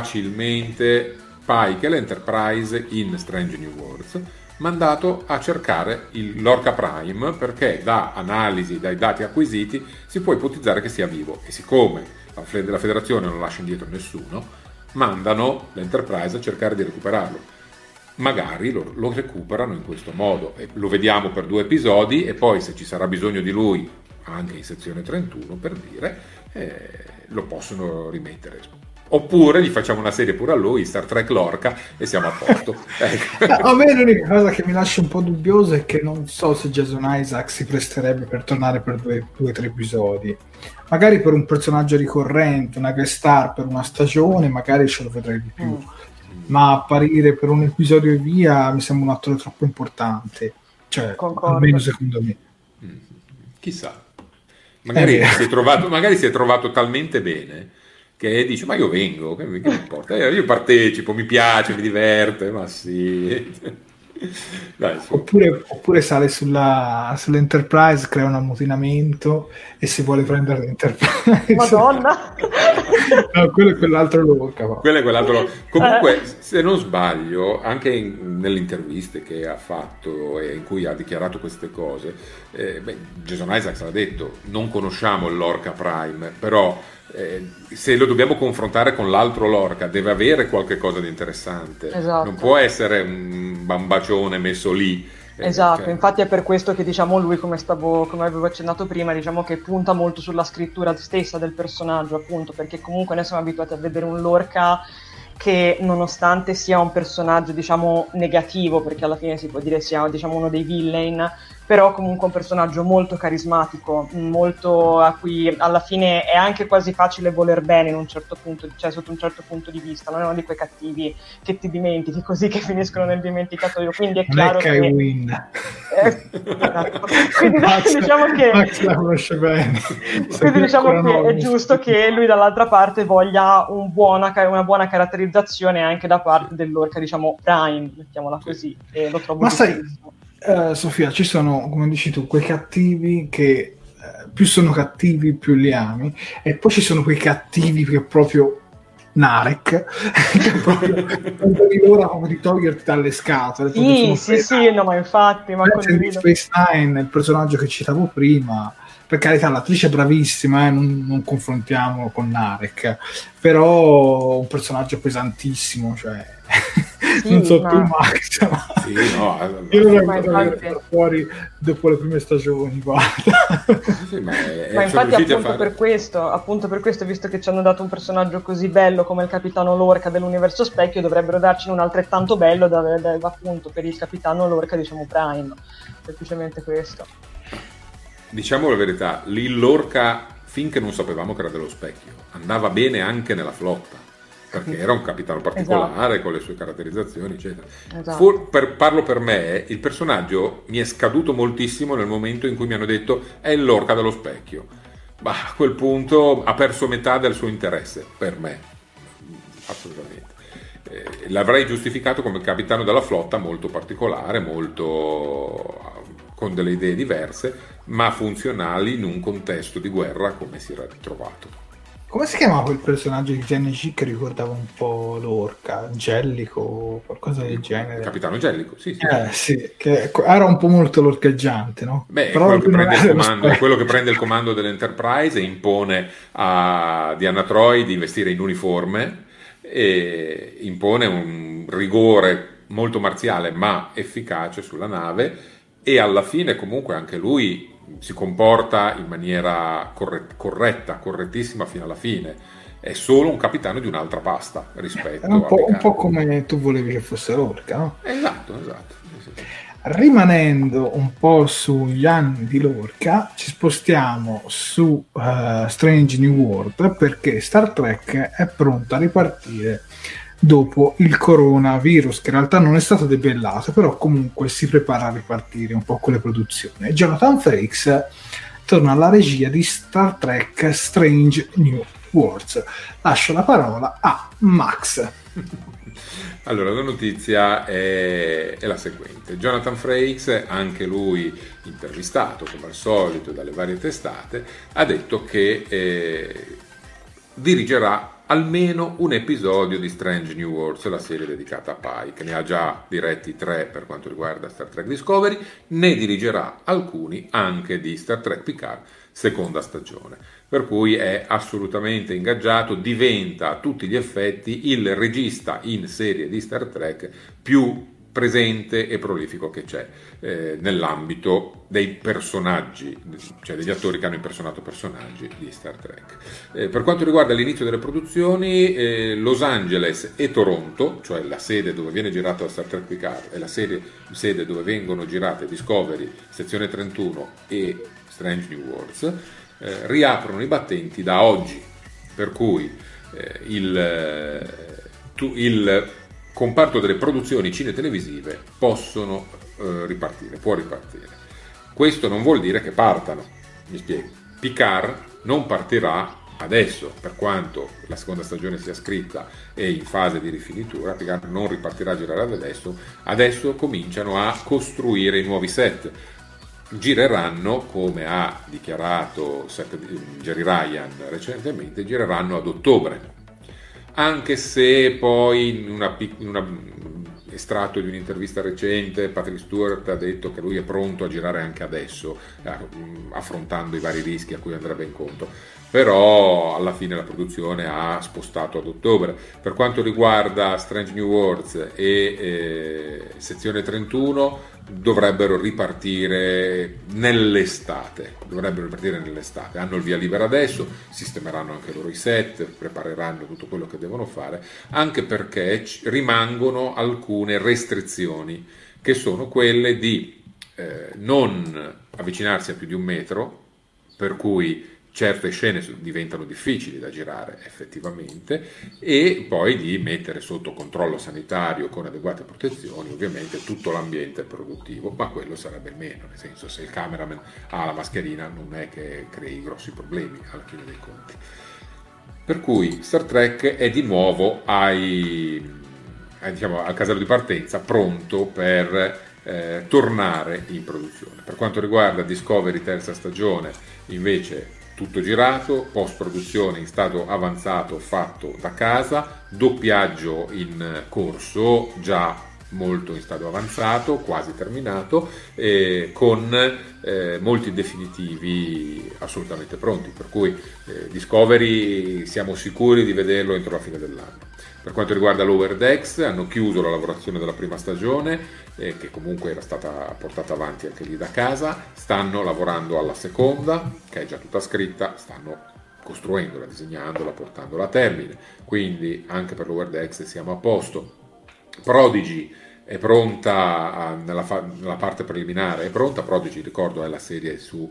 facilmente Pike e l'Enterprise in Strange New Worlds mandato a cercare il Lorca Prime, perché da analisi, dai dati acquisiti si può ipotizzare che sia vivo, e siccome la Federazione non lascia indietro nessuno, mandano l'Enterprise a cercare di recuperarlo. Magari lo, lo recuperano in questo modo, e lo vediamo per due episodi e poi se ci sarà bisogno di lui anche in sezione trentuno, per dire, eh, lo possono rimettere, oppure gli facciamo una serie pure a lui, Star Trek Lorca, e siamo a posto. Ecco. A me l'unica cosa che mi lascia un po' dubbioso è che non so se Jason Isaac si presterebbe per tornare per due o tre episodi, magari per un personaggio ricorrente, una guest star per una stagione, magari ce lo vedrei di più. Mm. Ma apparire per un episodio e via mi sembra un attore troppo importante, cioè Concordo. Almeno secondo me. Mm. Chissà, magari, eh, si è trovato, magari si è trovato talmente bene che dice ma io vengo, che mi importa, io partecipo, mi piace, mi diverte, ma sì. Dai, oppure, oppure sale sulla, sull'Enterprise, crea un ammutinamento e si vuole prendere l'Enterprise. Madonna. No, quello è quell'altro Lorca. Quello è quell'altro. Comunque, se non sbaglio, anche in, nelle interviste che ha fatto e in cui ha dichiarato queste cose, eh, beh, Jason Isaacs ha detto non conosciamo il Lorca Prime, però eh, se lo dobbiamo confrontare con l'altro Lorca deve avere qualche cosa di interessante. Esatto. Non può essere un bambacione messo lì. Eh, esatto, cioè... infatti è per questo che diciamo lui, come stavo, come avevo accennato prima, diciamo che punta molto sulla scrittura stessa del personaggio, appunto, perché comunque noi siamo abituati a vedere un Lorca che nonostante sia un personaggio diciamo negativo, perché alla fine si può dire sia diciamo uno dei villain, però comunque un personaggio molto carismatico, molto a cui alla fine è anche quasi facile voler bene in un certo punto, cioè sotto un certo punto di vista, non è uno di quei cattivi che ti dimentichi così, che finiscono nel dimenticatoio, quindi è chiaro che win. Eh, esatto. Quindi Max, diciamo che Max la conosce bene. quindi diciamo che è giusto che lui dall'altra parte voglia un buona, una buona caratterizzazione anche da parte dell'Orca, diciamo Prime, mettiamola così, e lo trovo ma sai, giustissimo. Uh, Sofia, ci sono, come dici tu, quei cattivi che uh, più sono cattivi più li ami, e poi ci sono quei cattivi che proprio Narek che proprio non vedi l'ora come di toglierti dalle scatole. Sì, sì, sì, no, ma infatti ma in Space Nine, il personaggio che citavo prima, per carità l'attrice è bravissima, eh, non, non confrontiamo con Narek, però un personaggio pesantissimo, cioè sì, non so ma... tu Max, ma... sì, no, io non ho infatti... fuori dopo le prime stagioni, guarda. Sì, ma è, ma infatti appunto fare... per questo appunto per questo, visto che ci hanno dato un personaggio così bello come il capitano Lorca dell'universo Specchio, dovrebbero darcene un altrettanto bello da, da, da, appunto per il capitano Lorca, diciamo Prime, semplicemente questo. Diciamo la verità, lì Lorca, finché non sapevamo che era dello Specchio, andava bene anche nella flotta, perché era un capitano particolare, esatto, con le sue caratterizzazioni, eccetera. Esatto. For, per, parlo per me, il personaggio mi è scaduto moltissimo nel momento in cui mi hanno detto è il Lorca dello Specchio. Bah, a quel punto ha perso metà del suo interesse, per me, assolutamente. Eh, l'avrei giustificato come capitano della flotta molto particolare, molto... con delle idee diverse, ma funzionali in un contesto di guerra come si era trovato. Come si chiamava quel personaggio di T N G che ricordava un po' l'Orca? Gellico, qualcosa del genere? Capitano Gellico, sì, sì. Eh, sì, che era un po' molto lorcheggiante, no? Beh, però quello che, prende il comando, è quello che prende il comando dell'Enterprise e impone a Diana Troy di investire in uniforme e impone un rigore molto marziale ma efficace sulla nave, e alla fine comunque anche lui si comporta in maniera corret- corretta, correttissima fino alla fine. È solo un capitano di un'altra pasta rispetto un po', a un po' come tu volevi che fosse Lorca, no? Esatto, esatto. Rimanendo un po' sugli anni di Lorca, ci spostiamo su uh, Strange New World, perché Star Trek è pronta a ripartire dopo il coronavirus, che in realtà non è stato debellato, però comunque si prepara a ripartire un po' con le produzioni. Jonathan Frakes torna alla regia di Star Trek Strange New Worlds. Lascio la parola a Max. Allora, la notizia è, è la seguente. Jonathan Frakes, anche lui intervistato come al solito dalle varie testate, ha detto che eh, dirigerà almeno un episodio di Strange New Worlds, la serie dedicata a Pike. Ne ha già diretti tre per quanto riguarda Star Trek Discovery, ne dirigerà alcuni anche di Star Trek Picard seconda stagione, per cui è assolutamente ingaggiato, diventa a tutti gli effetti il regista in serie di Star Trek più presente e prolifico che c'è eh, nell'ambito dei personaggi, cioè degli attori che hanno impersonato personaggi di Star Trek. Eh, per quanto riguarda l'inizio delle produzioni, eh, Los Angeles e Toronto, cioè la sede dove viene girato Star Trek Picard e la serie, sede dove vengono girate Discovery, Sezione trentuno e Strange New Worlds, eh, riaprono i battenti da oggi, per cui eh, il, tu, il comparto delle produzioni cine-televisive possono eh, ripartire, può ripartire. Questo non vuol dire che partano, mi spiego. Picard non partirà adesso, per quanto la seconda stagione sia scritta e in fase di rifinitura, Picard non ripartirà a girare adesso, adesso cominciano a costruire i nuovi set. Gireranno, come ha dichiarato Jerry Ryan recentemente, gireranno ad ottobre. Anche se poi in una, in una estratto di un'intervista recente Patrick Stewart ha detto che lui è pronto a girare anche adesso, affrontando i vari rischi a cui andrebbe incontro, però alla fine la produzione ha spostato ad ottobre. Per quanto riguarda Strange New Worlds e eh, Sezione trentuno, dovrebbero ripartire nell'estate, dovrebbero ripartire nell'estate, hanno il via libera adesso, sistemeranno anche loro i set, prepareranno tutto quello che devono fare, anche perché rimangono alcune restrizioni, che sono quelle di eh, non avvicinarsi a più di un metro, per cui certe scene diventano difficili da girare effettivamente, e poi di mettere sotto controllo sanitario con adeguate protezioni ovviamente tutto l'ambiente produttivo, ma quello sarebbe il meno, nel senso, se il cameraman ha la mascherina non è che crei grossi problemi alla fine dei conti. Per cui Star Trek è di nuovo ai, ai, diciamo, al casello di partenza, pronto per eh, tornare in produzione. Per quanto riguarda Discovery terza stagione, invece tutto girato, post produzione in stato avanzato fatto da casa, doppiaggio in corso già molto in stato avanzato, quasi terminato, eh, con eh, molti definitivi assolutamente pronti, per cui eh, Discovery siamo sicuri di vederlo entro la fine dell'anno. Per quanto riguarda Lower Decks, hanno chiuso la lavorazione della prima stagione, eh, che comunque era stata portata avanti anche lì da casa, stanno lavorando alla seconda, che è già tutta scritta, stanno costruendola, disegnandola, portandola a termine, quindi anche per Lower Decks siamo a posto. Prodigy è pronta a, nella, fa, nella parte preliminare, è pronta. Prodigy, ricordo, è la serie su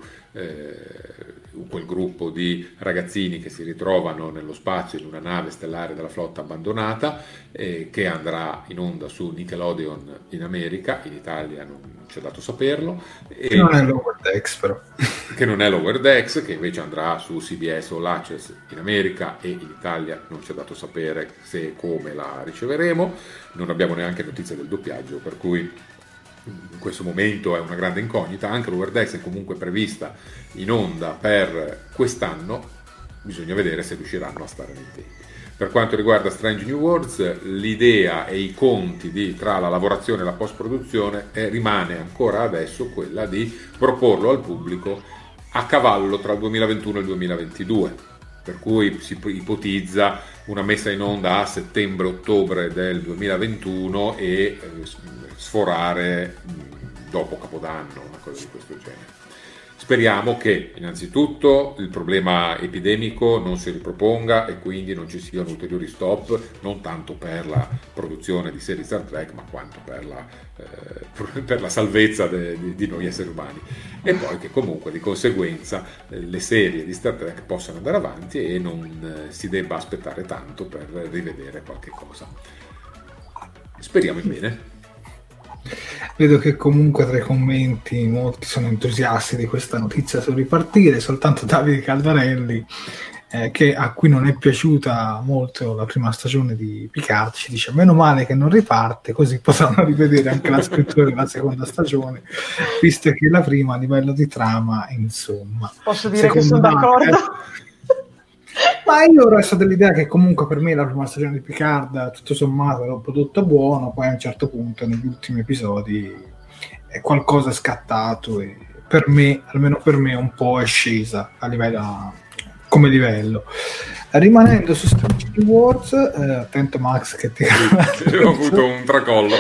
eh, quel gruppo di ragazzini che si ritrovano nello spazio in una nave stellare della flotta abbandonata, eh, che andrà in onda su Nickelodeon in America, in Italia non c'è dato saperlo, e che non è Lower Decks, però che non è Lower Decks, che invece andrà su C B S All Access in America, e in Italia non c'è dato sapere se e come la riceveremo, non abbiamo neanche notizie del doppiaggio, per cui in questo momento è una grande incognita. Anche Lower Decks è comunque prevista in onda per quest'anno, bisogna vedere se riusciranno a stare nei tempi. Per quanto riguarda Strange New Worlds, l'idea e i conti di, tra la lavorazione e la post-produzione eh, rimane ancora adesso quella di proporlo al pubblico a cavallo tra il duemilaventuno e il duemilaventidue, per cui si ipotizza una messa in onda a settembre-ottobre del duemilaventuno e eh, sforare dopo Capodanno, una cosa di questo genere. Speriamo che innanzitutto il problema epidemico non si riproponga e quindi non ci siano ulteriori stop, non tanto per la produzione di serie Star Trek, ma quanto per la, eh, per la salvezza de, di, di noi esseri umani, e poi che comunque di conseguenza eh, le serie di Star Trek possano andare avanti e non eh, si debba aspettare tanto per rivedere qualche cosa. Speriamo in bene. Vedo che comunque tra i commenti molti sono entusiasti di questa notizia sul ripartire, soltanto Davide Caldarelli eh, che a cui non è piaciuta molto la prima stagione di Picard, ci dice meno male che non riparte, così potranno rivedere anche la scrittura della seconda stagione, visto che la prima a livello di trama, insomma, posso dire che sono d'accordo. Ma io resto dell'idea che comunque per me la prima stagione di Picard tutto sommato era un prodotto buono, poi a un certo punto negli ultimi episodi è qualcosa è scattato e per me, almeno per me, un po' è scesa a livello, come livello. Rimanendo su Strange New Worlds, eh, attento Max che ti ho avuto un tracollo.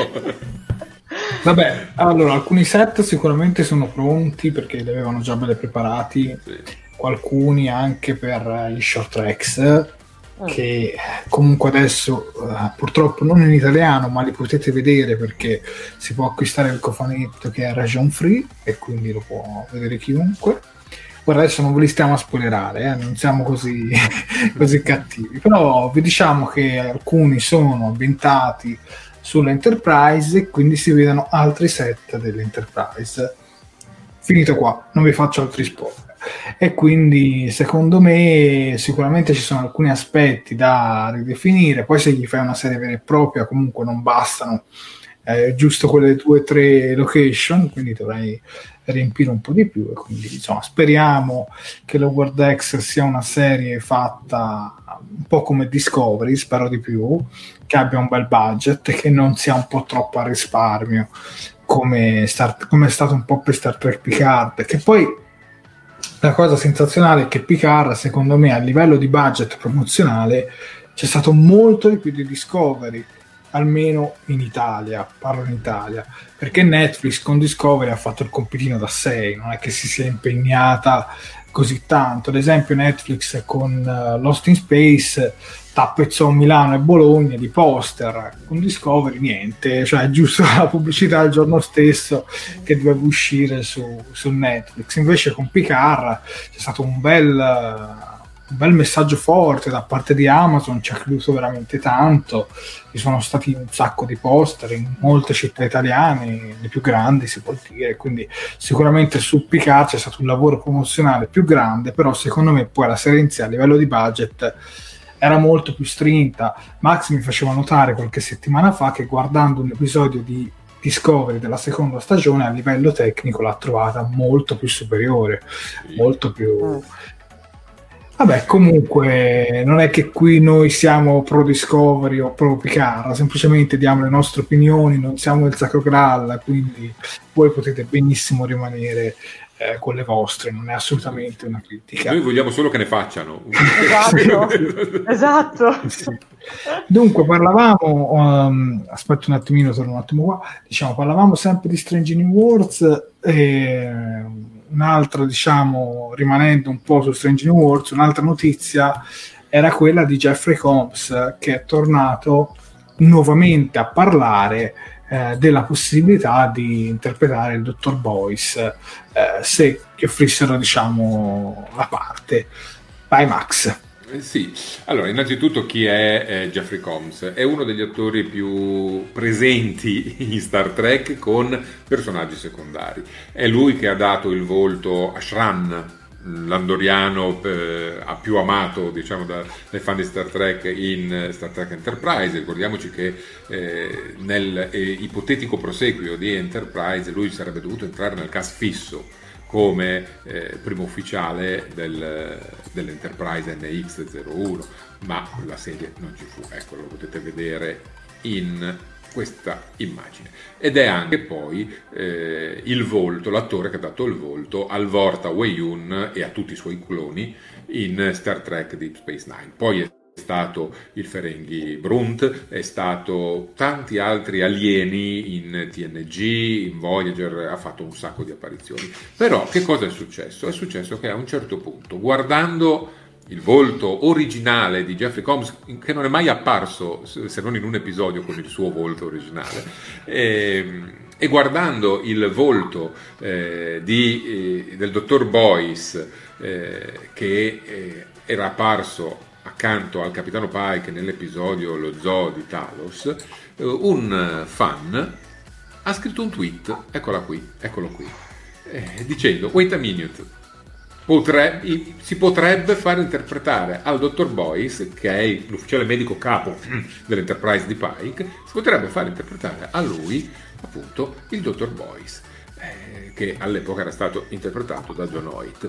Vabbè, allora alcuni set sicuramente sono pronti perché li avevano già belle preparati, sì. Alcuni anche per gli short tracks che comunque adesso uh, purtroppo non in italiano, ma li potete vedere perché si può acquistare il cofanetto che è region free e quindi lo può vedere chiunque. Ora adesso non ve li stiamo a spoilerare, eh? Non siamo così, così cattivi, però vi diciamo che alcuni sono ambientati sull'Enterprise e quindi si vedono altri set dell'Enterprise. Finito qua, non vi faccio altri spoiler. E quindi secondo me sicuramente ci sono alcuni aspetti da ridefinire, poi se gli fai una serie vera e propria comunque non bastano eh, giusto quelle due o tre location, quindi dovrai riempire un po' di più e quindi insomma speriamo che Lower Decks sia una serie fatta un po' come Discovery, spero di più, che abbia un bel budget e che non sia un po' troppo a risparmio come, Star, come è stato un po' per Star Trek Picard, che poi la cosa sensazionale è che Picard, secondo me, a livello di budget promozionale c'è stato molto di più di Discovery, almeno in Italia, parlo in Italia, perché Netflix con Discovery ha fatto il compitino da sei, non è che si sia impegnata così tanto. Ad esempio Netflix con uh, Lost in Space tappezzò Milano e Bologna di poster, con Discovery niente, cioè giusto la pubblicità il giorno stesso che doveva uscire su, su Netflix. Invece con Picard c'è stato un bel, un bel messaggio forte da parte di Amazon, ci ha creduto veramente tanto, ci sono stati un sacco di poster in molte città italiane, le più grandi si può dire, quindi sicuramente su Picard c'è stato un lavoro promozionale più grande, però secondo me poi la serie in sé a livello di budget era molto più strinta. Max mi faceva notare qualche settimana fa che guardando un episodio di Discovery della seconda stagione a livello tecnico l'ha trovata molto più superiore, molto più... Vabbè, comunque non è che qui noi siamo pro Discovery o pro Picard, semplicemente diamo le nostre opinioni, non siamo il Sacro Graal, quindi voi potete benissimo rimanere eh, con le vostre, non è assolutamente una critica. Noi vogliamo solo che ne facciano. Esatto, esatto. Sì. Dunque parlavamo, um, aspetta un attimino, torno un attimo qua, diciamo, parlavamo sempre di Strange New Worlds e un'altra, diciamo, rimanendo un po' su Strange New Worlds, un'altra notizia era quella di Jeffrey Combs che è tornato nuovamente a parlare eh, della possibilità di interpretare il dottor Boyce eh, se gli offrissero, diciamo, la parte. Vai Max. Eh sì, allora innanzitutto chi è eh, Jeffrey Combs? È uno degli attori più presenti in Star Trek con personaggi secondari. È lui che ha dato il volto a Shran, l'andoriano eh, più amato, diciamo, da, dai fan di Star Trek in Star Trek Enterprise. Ricordiamoci che eh, nel eh, ipotetico proseguio di Enterprise lui sarebbe dovuto entrare nel cast fisso come eh, primo ufficiale del, dell'Enterprise N X zero uno, ma la serie non ci fu, ecco, lo potete vedere in questa immagine. Ed è anche poi eh, il volto, l'attore che ha dato il volto al Vorta Wei-Yun e a tutti i suoi cloni in Star Trek Deep Space Nine. Poi è stato il Ferengi Brunt, è stato tanti altri alieni in T N G, in Voyager, ha fatto un sacco di apparizioni. Però che cosa è successo? È successo che a un certo punto, guardando il volto originale di Jeffrey Combs, che non è mai apparso se non in un episodio con il suo volto originale, e, e guardando il volto eh, di, eh, del dottor Boyce eh, che eh, era apparso accanto al capitano Pike nell'episodio Lo Zoo di Talos, un fan ha scritto un tweet, eccola qui, eccolo qui, eh, dicendo: wait a minute, Potrebbe, si potrebbe far interpretare al dottor Boyce, che è l'ufficiale medico capo dell'Enterprise di Pike, si potrebbe far interpretare a lui appunto il dottor Boyce, eh, che all'epoca era stato interpretato da John Hoyt.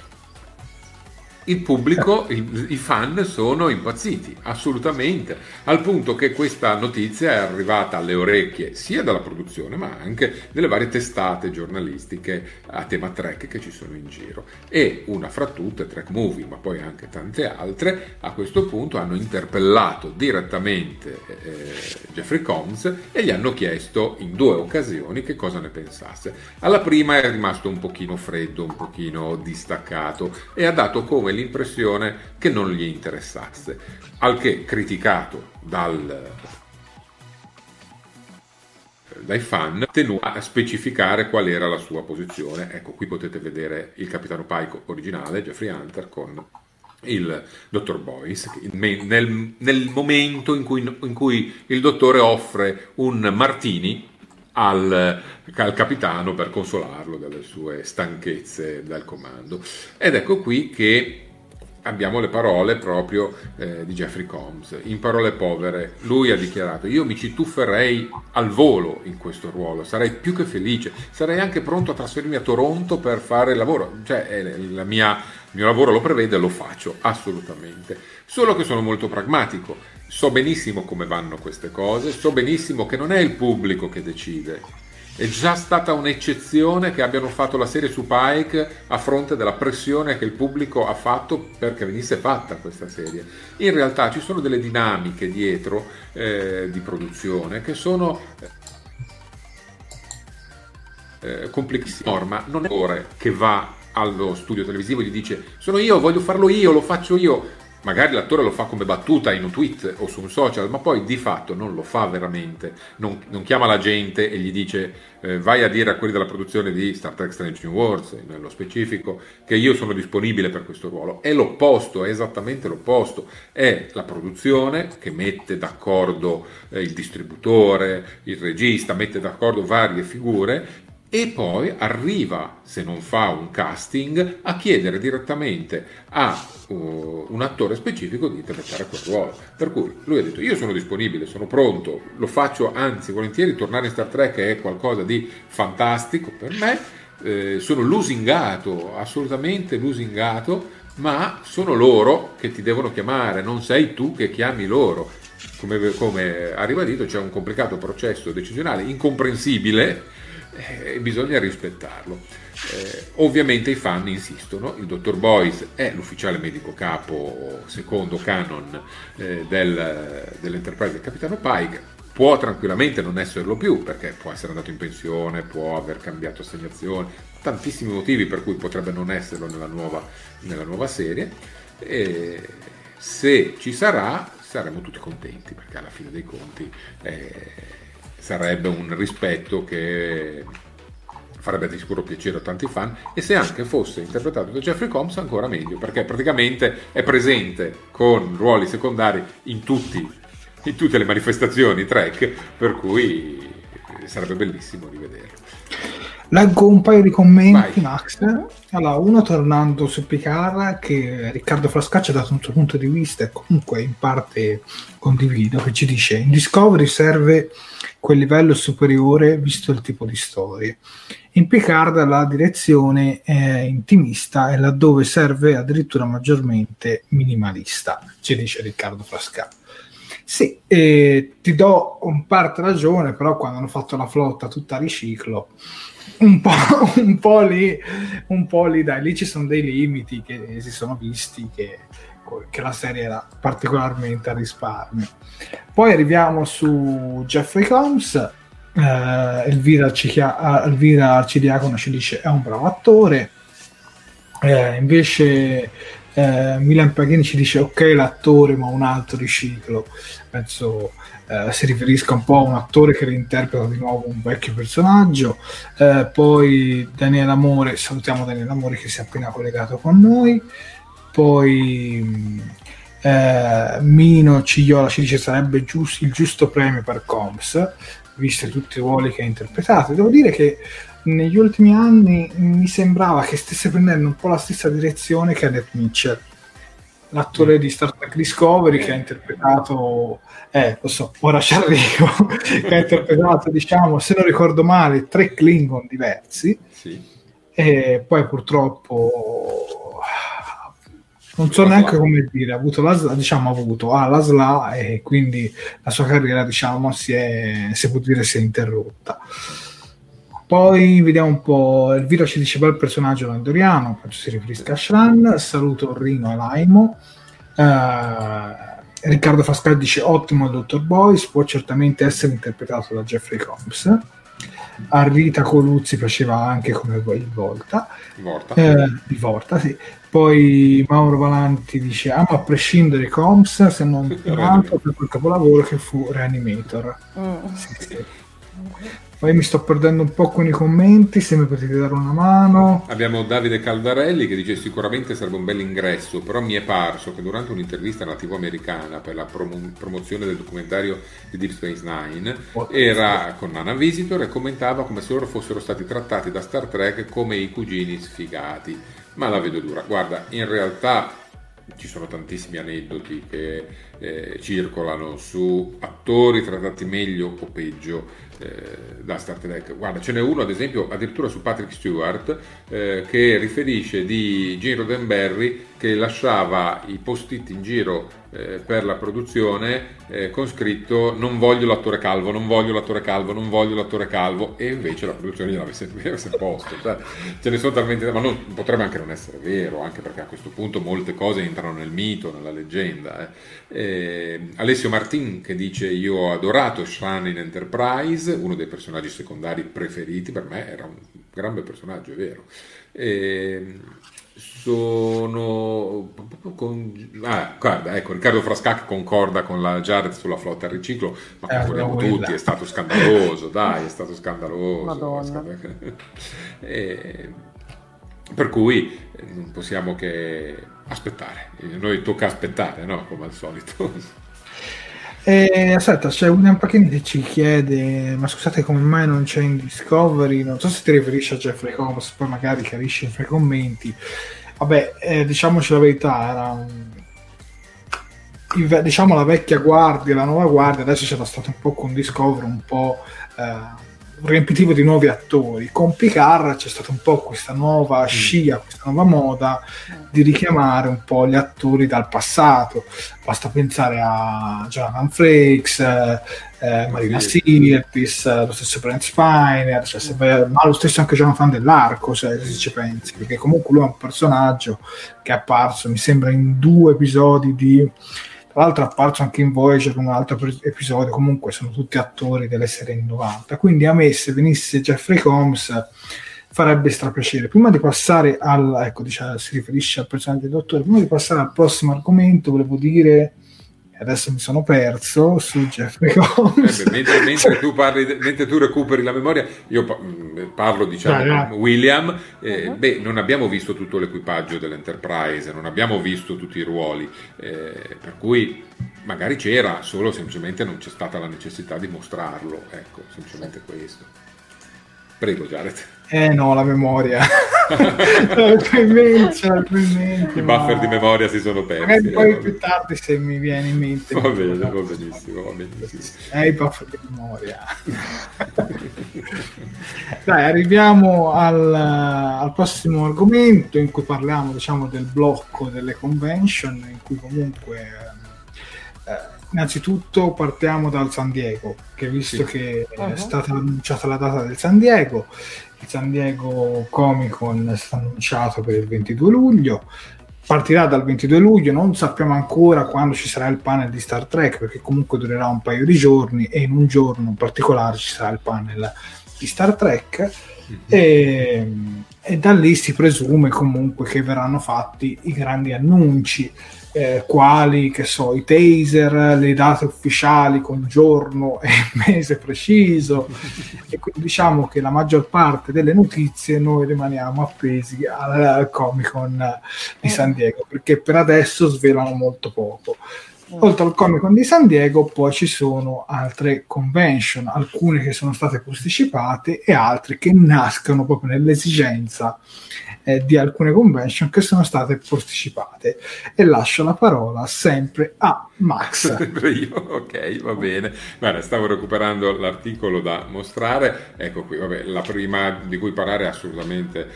Il pubblico, i, i fan sono impazziti, assolutamente, al punto che questa notizia è arrivata alle orecchie sia dalla produzione ma anche delle varie testate giornalistiche a tema Trek che ci sono in giro, e una fra tutte, Trek Movie, ma poi anche tante altre, a questo punto hanno interpellato direttamente eh, Jeffrey Combs e gli hanno chiesto in due occasioni che cosa ne pensasse. Alla prima è rimasto un pochino freddo, un pochino distaccato e ha dato come l'impressione che non gli interessasse, al che, criticato dal, dai fan, tenuto a specificare qual era la sua posizione. Ecco, qui potete vedere il capitano Pike originale, Jeffrey Hunter, con il dottor Boyce, nel, nel momento in cui, in cui il dottore offre un martini Al, al capitano per consolarlo delle sue stanchezze dal comando. Ed ecco qui che abbiamo le parole proprio eh, di Jeffrey Combs. In parole povere, lui ha dichiarato: io mi ci tufferei al volo in questo ruolo, sarei più che felice, sarei anche pronto a trasferirmi a Toronto per fare il lavoro, cioè la mia, il mio lavoro lo prevede, lo faccio assolutamente, solo che sono molto pragmatico, so benissimo come vanno queste cose, so benissimo che non è il pubblico che decide. È già stata un'eccezione che abbiano fatto la serie su Pike a fronte della pressione che il pubblico ha fatto perché venisse fatta questa serie. In realtà ci sono delle dinamiche dietro eh, di produzione che sono eh, complessissime. Norma non è l'attore che va allo studio televisivo e gli dice: sono io, voglio farlo io, lo faccio io. Magari l'attore lo fa come battuta in un tweet o su un social, ma poi di fatto non lo fa veramente, non, non chiama la gente e gli dice eh, vai a dire a quelli della produzione di Star Trek Strange New Worlds, nello specifico, che io sono disponibile per questo ruolo. È l'opposto, è esattamente l'opposto, è la produzione che mette d'accordo eh, il distributore, il regista, mette d'accordo varie figure, e poi arriva, se non fa un casting, a chiedere direttamente a uh, un attore specifico di interpretare quel ruolo. Per cui lui ha detto: io sono disponibile, sono pronto, lo faccio anzi volentieri, tornare in Star Trek è qualcosa di fantastico per me, eh, sono lusingato, assolutamente lusingato, ma sono loro che ti devono chiamare, non sei tu che chiami loro. Come, come ha ribadito, c'è un complicato processo decisionale incomprensibile, Eh, bisogna rispettarlo. Eh, ovviamente i fan insistono. Il dottor Boyce è l'ufficiale medico capo secondo canon eh, del, dell'Enterprise del capitano Pike, può tranquillamente non esserlo più perché può essere andato in pensione, può aver cambiato assegnazione, tantissimi motivi per cui potrebbe non esserlo nella nuova, nella nuova serie. E se ci sarà saremo tutti contenti, perché alla fine dei conti eh, sarebbe un rispetto che farebbe di sicuro piacere a tanti fan, e se anche fosse interpretato da Jeffrey Combs ancora meglio, perché praticamente è presente con ruoli secondari in, tutti, in tutte le manifestazioni Trek, per cui sarebbe bellissimo rivederlo. Leggo un paio di commenti. Vai. Max. Allora, uno tornando su Picard, che Riccardo Frascacci ha dato un suo punto di vista e comunque in parte condivido, che ci dice: in Discovery serve quel livello superiore visto il tipo di storie. In Picard la direzione è intimista e laddove serve addirittura maggiormente minimalista, ci dice Riccardo Frascacci. Sì, eh, ti do un parte ragione, però quando hanno fatto la flotta tutta a riciclo, un po', un po' lì, un po' lì, dai, lì ci sono dei limiti che si sono visti, che, che la serie era particolarmente a risparmio. Poi arriviamo su Jeffrey Combs. eh, Elvira, Cichia, Elvira Arcidiacono ci dice è un bravo attore. Eh, invece eh, Milan Paghini ci dice ok l'attore ma un altro riciclo. Penso eh, si riferisca un po' a un attore che reinterpreta di nuovo un vecchio personaggio. Eh, poi Daniele Amore, salutiamo Daniele Amore che si è appena collegato con noi. Poi eh, Mino Cigliola ci dice sarebbe giusto, il giusto premio per Combs, visti tutti i ruoli che ha interpretato. Devo dire che negli ultimi anni mi sembrava che stesse prendendo un po' la stessa direzione che Annette Mitchell, l'attore di Star Trek Discovery, che ha interpretato, eh, lo so, ora ci arrivo, che ha interpretato, diciamo, se non ricordo male, tre Klingon diversi, sì. E poi purtroppo non so neanche come dire, ha avuto la, diciamo, ha avuto ah, la S L A e quindi la sua carriera, diciamo, si è, si può dire, si è interrotta. Poi vediamo un po', Elvira ci dice bel personaggio landoriano, penso si riferisca a Shran, saluto Rino e Laimo. Uh, Riccardo Frascali dice ottimo il Dottor Boyce, può certamente essere interpretato da Jeffrey Combs. A Rita Coluzzi piaceva anche come il Volta. Volta. Eh, il Volta, sì. Poi Mauro Valanti dice ama a prescindere Combs, se non altro per quel capolavoro che fu Reanimator. Mm. Sì, sì. Poi mi sto perdendo un po' con i commenti, se mi potete dare una mano. Abbiamo Davide Caldarelli che dice sicuramente sarebbe un bel ingresso, però mi è parso che durante un'intervista alla tivù americana per la prom- promozione del documentario di Deep Space Nine oh, era con Nana Visitor e commentava come se loro fossero stati trattati da Star Trek come i cugini sfigati, ma la vedo dura. Guarda, in realtà ci sono tantissimi aneddoti che eh, circolano su attori trattati meglio o peggio eh, da Star Trek. Guarda, ce n'è uno ad esempio addirittura su Patrick Stewart eh, che riferisce di Gene Roddenberry che lasciava i post-it in giro eh, per la produzione eh, con scritto non voglio l'attore calvo, non voglio l'attore calvo, non voglio l'attore calvo, e invece la produzione gliel'avesse posto. Cioè, ce ne sono talmente, ma non, potrebbe anche non essere vero, anche perché a questo punto molte cose entrano nel mito, nella leggenda. Eh. Eh, Alessio Martin che dice io ho adorato Shran in Enterprise, uno dei personaggi secondari preferiti, per me era un gran bel personaggio, è vero. Eh, sono con... ah, guarda, ecco, Riccardo Frascacchi concorda con la Jared sulla flotta al riciclo, ma eh, concordiamo tutti, è stato scandaloso, dai, è stato scandaloso. Madonna. E, per cui non possiamo che aspettare, noi tocca aspettare, no? Come al solito. Eh, aspetta, c'è William Pachini che ci chiede ma scusate come mai non c'è in Discovery, non so se ti riferisci a Jeffrey Combs, poi magari chiarisci fra i commenti. Vabbè, eh, diciamoci la verità, era un... il, diciamo la vecchia guardia, la nuova guardia, adesso c'era stato un po' con Discovery un po' eh, riempitivo di nuovi attori. Con Picard c'è stata un po' questa nuova scia, questa nuova moda di richiamare un po' gli attori dal passato. Basta pensare a Jonathan Frakes, eh, Marina Sirtis, lo stesso Brent Spiner, cioè se vai, ma lo stesso anche Jonathan Dell'Arco, se, se ci pensi, perché comunque lui è un personaggio che è apparso, mi sembra, in due episodi di... Tra l'altro è apparso anche in Voyager un altro episodio, comunque sono tutti attori delle serie novanta, quindi a me se venisse Jeffrey Combs farebbe strapiacere. Prima di passare al, ecco, diciamo, si riferisce al personaggio del dottore, prima di passare al prossimo argomento volevo dire, adesso mi sono perso su Jeffrey Combs. Eh beh, mentre, mentre, tu parli, mentre tu recuperi la memoria, io parlo, diciamo, dai, con William. Eh, uh-huh. Beh, non abbiamo visto tutto l'equipaggio dell'Enterprise, non abbiamo visto tutti i ruoli, eh, per cui magari c'era, solo semplicemente non c'è stata la necessità di mostrarlo. Ecco, semplicemente questo. Prego, Jared. Eh no, la memoria. mente, mente, I buffer ma... di memoria si sono persi. Magari poi eh, più tardi se mi viene in mente. Va bene, va benissimo, va benissimo. Eh, i buffer di memoria. Dai, arriviamo al, al prossimo argomento in cui parliamo, diciamo, del blocco delle convention, in cui comunque... Eh, innanzitutto partiamo dal San Diego, che visto sì. che uh-huh. è stata annunciata la data del San Diego, il San Diego Comic Con è stato annunciato per il ventidue luglio, partirà dal ventidue luglio, non sappiamo ancora quando ci sarà il panel di Star Trek, perché comunque durerà un paio di giorni e in un giorno in particolare ci sarà il panel di Star Trek. Mm-hmm. e, e da lì si presume comunque che verranno fatti i grandi annunci, Eh, quali, che so, i taser, le date ufficiali con giorno e mese preciso, e quindi diciamo che la maggior parte delle notizie noi rimaniamo appesi al, al Comic Con di San Diego, perché per adesso svelano molto poco. Oltre al Comic Con di San Diego poi ci sono altre convention, alcune che sono state posticipate e altre che nascono proprio nell'esigenza eh, di alcune convention che sono state posticipate. E lascio la parola sempre a Max. Sempre io, ok, va bene. Guarda, stavo recuperando l'articolo da mostrare, ecco qui, vabbè, la prima di cui parlare è assolutamente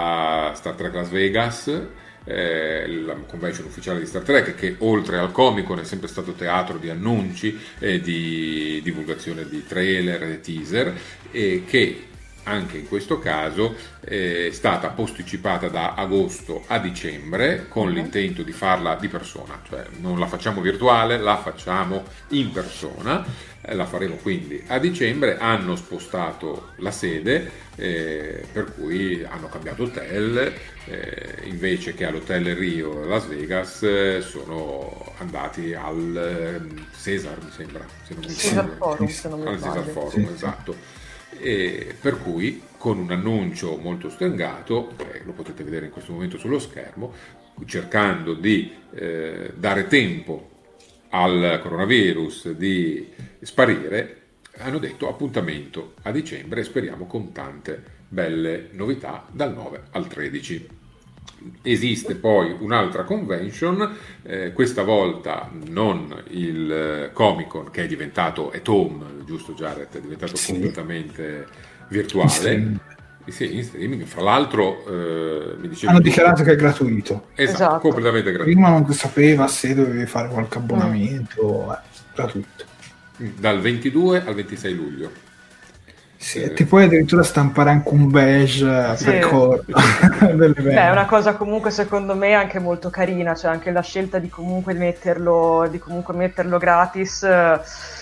la Star Trek Las Vegas, eh, la convention ufficiale di Star Trek, che oltre al Comic-Con è sempre stato teatro di annunci e di divulgazione di trailer e teaser, e che anche in questo caso è stata posticipata da agosto a dicembre con l'intento di farla di persona, cioè non la facciamo virtuale, la facciamo in persona, eh, la faremo quindi a dicembre. Hanno spostato la sede, eh, per cui hanno cambiato hotel, eh, invece che all'hotel Rio Las Vegas eh, sono andati al eh, Cesar, mi sembra, se non mi Cesar Forum, se non mi al Cesar sbaglio. Forum, Sì. esatto. E per cui con un annuncio molto stringato, eh, lo potete vedere in questo momento sullo schermo, cercando di eh, dare tempo al coronavirus di sparire, hanno detto appuntamento a dicembre e speriamo con tante belle novità dal nove al tredici. Esiste poi un'altra convention, eh, questa volta non il eh, Comic-Con, che è diventato at home, giusto Jared? È diventato Sì. completamente virtuale. streaming. Sì, in streaming. Fra l'altro, eh, mi dicevi Hanno tu- dichiarato che è gratuito. Esatto, Esatto. completamente gratuito. Prima non si sapeva se dovevi fare qualche abbonamento, eh, gratuito. Dal ventidue al ventisei luglio. Sì, Eh. ti puoi addirittura stampare anche un beige Sì. per corto Beh, è una cosa comunque secondo me anche molto carina, cioè anche la scelta di comunque metterlo, di comunque metterlo gratis eh,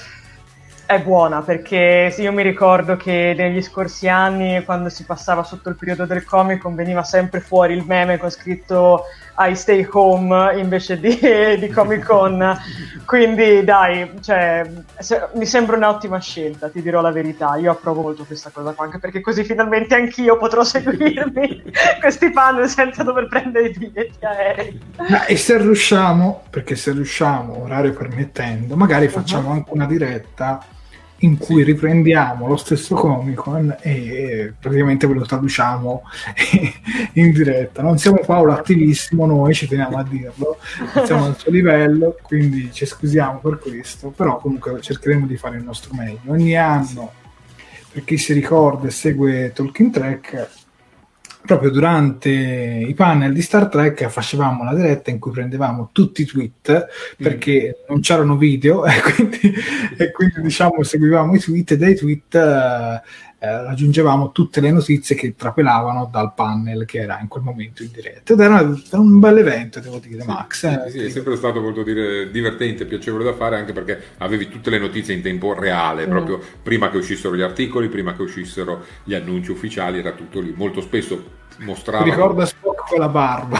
è buona, perché io mi ricordo che negli scorsi anni, quando si passava sotto il periodo del Comic-Con, veniva sempre fuori il meme con scritto I stay home invece di, di Comic-Con, quindi dai, cioè, se, mi sembra un'ottima scelta, ti dirò la verità, io approvo molto questa cosa qua, anche perché così finalmente anch'io potrò seguirmi questi panel senza dover prendere i biglietti aerei. Ma, e se riusciamo, perché se riusciamo, orario permettendo, magari facciamo anche una diretta in cui riprendiamo lo stesso Comic-Con e praticamente ve lo traduciamo in diretta. Non siamo Paolo attivissimo, noi ci teniamo a dirlo, non siamo al suo livello, quindi ci scusiamo per questo, però comunque cercheremo di fare il nostro meglio. Ogni anno, per chi si ricorda e segue Talking Trek, proprio durante i panel di Star Trek facevamo la diretta in cui prendevamo tutti i tweet, perché mm. non c'erano video e quindi, e quindi diciamo seguivamo i tweet, e dai tweet eh, eh, raggiungevamo tutte le notizie che trapelavano dal panel che era in quel momento in diretta, ed era, era un bel evento, devo dire. Sì, Max sì, eh, sì, è sempre stato molto dire, divertente, piacevole da fare, anche perché avevi tutte le notizie in tempo reale, mm. proprio prima che uscissero gli articoli, prima che uscissero gli annunci ufficiali, era tutto lì. Molto spesso mostrava, mi ricorda Spock con la barba.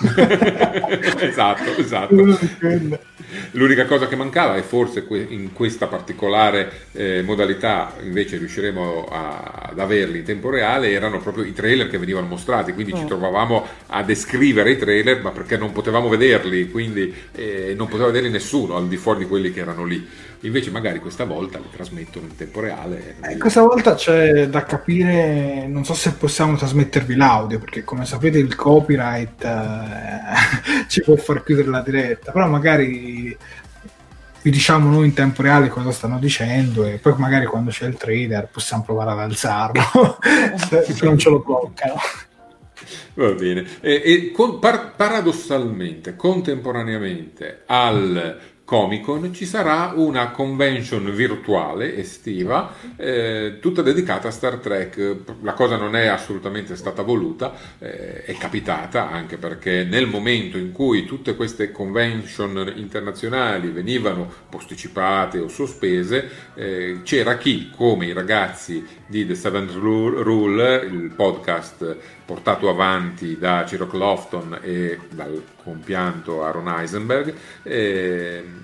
esatto, esatto. L'unica cosa che mancava, e forse in questa particolare eh, modalità invece riusciremo a, ad averli in tempo reale, erano proprio i trailer che venivano mostrati, quindi mm. ci trovavamo a descrivere i trailer, ma perché non potevamo vederli, quindi eh, non poteva vederli nessuno al di fuori di quelli che erano lì. Invece magari questa volta li trasmettono in tempo reale. Eh, questa volta c'è da capire, non so se possiamo trasmettervi l'audio, perché come sapete il copyright eh, ci può far chiudere la diretta, però magari vi diciamo noi in tempo reale cosa stanno dicendo, e poi magari quando c'è il trailer possiamo provare ad alzarlo se, se non ce lo bloccano. Va bene. E, e con, par, paradossalmente, contemporaneamente al Comic-Con ci sarà una convention virtuale estiva eh, tutta dedicata a Star Trek. La cosa non è assolutamente stata voluta, eh, è capitata anche perché nel momento in cui tutte queste convention internazionali venivano posticipate o sospese, eh, c'era chi, come i ragazzi di The Seventh Rule, il podcast portato avanti da Ciro Clofton e dal compianto Aaron Eisenberg, eh,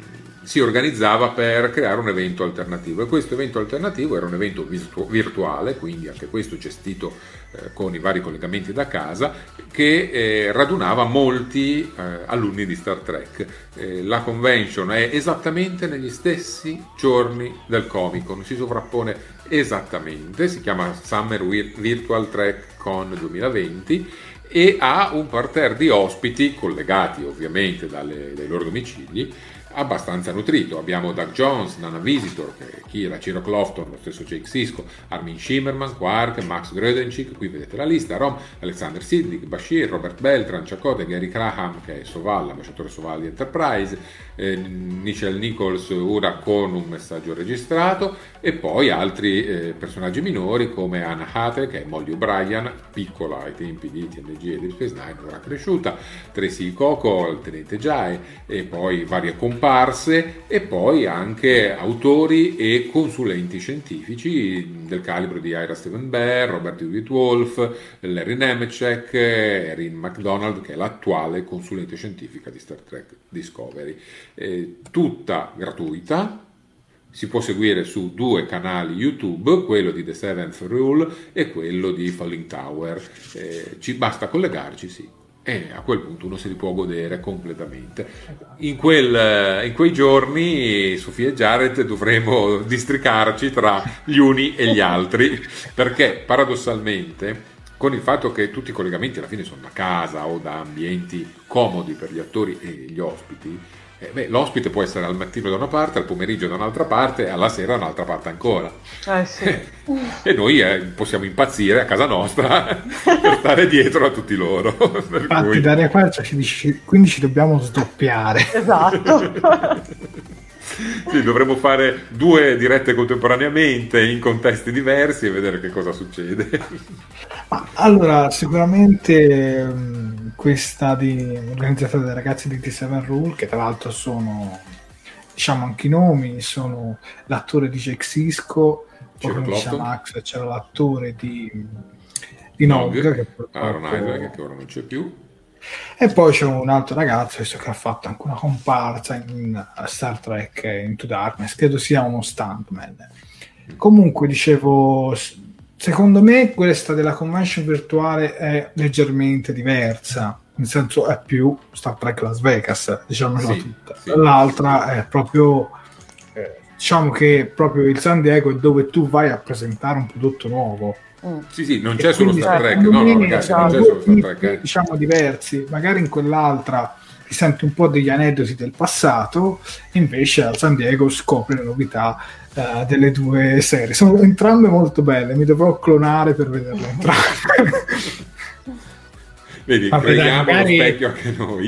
si organizzava per creare un evento alternativo, e questo evento alternativo era un evento virtu- virtuale, quindi anche questo gestito eh, con i vari collegamenti da casa, che eh, radunava molti eh, alunni di Star Trek. Eh, la convention è esattamente negli stessi giorni del Comic-Con, si sovrappone esattamente, si chiama Summer Virtual Trek Con duemilaventi e ha un parterre di ospiti collegati ovviamente dalle, dai loro domicili, abbastanza nutrito. Abbiamo Doug Jones, Nana Visitor, che è chi era Ciro Clofton, lo stesso Jake Sisko, Armin Shimmerman, Quark, Max Grödencik, qui vedete la lista, Rom, Alexander Siddig, Bashir, Robert Beltran, Chakotay, Gary Graham, che è Soval, l'ambasciatore Soval di Enterprise, eh, Nichelle Nichols ora con un messaggio registrato, e poi altri eh, personaggi minori come Anna Hathaway, che è Molly O'Brien, piccola ai tempi di T N G e di Space Nine, ora cresciuta, Tracy Coco, il tenente Jai, e poi varie comparse, e poi anche autori e consulenti scientifici del calibro di Ira Steven Behr, Robert Hewitt Wolf, Larry Nemecek, Erin McDonald, che è l'attuale consulente scientifica di Star Trek Discovery. Eh, tutta gratuita, si può seguire su due canali YouTube, quello di The Seventh Rule e quello di Falling Tower. Eh, ci basta collegarci, sì, e a quel punto uno se li può godere completamente. In, quel, in quei giorni Sofia e Jared dovremo districarci tra gli uni e gli altri, perché paradossalmente, con il fatto che tutti i collegamenti alla fine sono da casa o da ambienti comodi per gli attori e gli ospiti, eh beh, l'ospite può essere al mattino da una parte, al pomeriggio da un'altra parte e alla sera da un'altra parte ancora. Eh sì. E noi eh, possiamo impazzire a casa nostra per stare dietro a tutti loro. Per Infatti cui... Daria Quercia ci dice, quindi ci dobbiamo sdoppiare. Esatto. Sì, dovremmo fare due dirette contemporaneamente in contesti diversi e vedere che cosa succede. Ma allora, sicuramente mh, questa di, organizzata dai ragazzi di T sette Rule, che tra l'altro sono, diciamo, anche i nomi, sono l'attore di Jake Sisko, poi come diceva Max c'era l'attore di, di Nog, Nog, che Aaron Isaac, che ora non c'è più. E poi c'è un altro ragazzo che ha fatto anche una comparsa in Star Trek Into Darkness, credo sia uno stuntman. Comunque dicevo, secondo me questa della convention virtuale è leggermente diversa, nel senso è più Star Trek Las Vegas, diciamola sì, tutta. Sì. L'altra è proprio, eh, diciamo che proprio il San Diego è dove tu vai a presentare un prodotto nuovo. Mm. Sì, sì, non c'è solo Quindi, Star Trek, secondo no, me, no, ragazzi, non c'è sono solo Star due Trek. tipi, Eh. diciamo, diversi. Magari in quell'altra ti senti un po' degli aneddoti del passato, invece a San Diego scopri le novità uh, delle due serie. Sono entrambe molto belle, mi dovrò clonare per vederle entrambe. Vedi, Vabbè, creiamo dai, magari... lo specchio anche noi.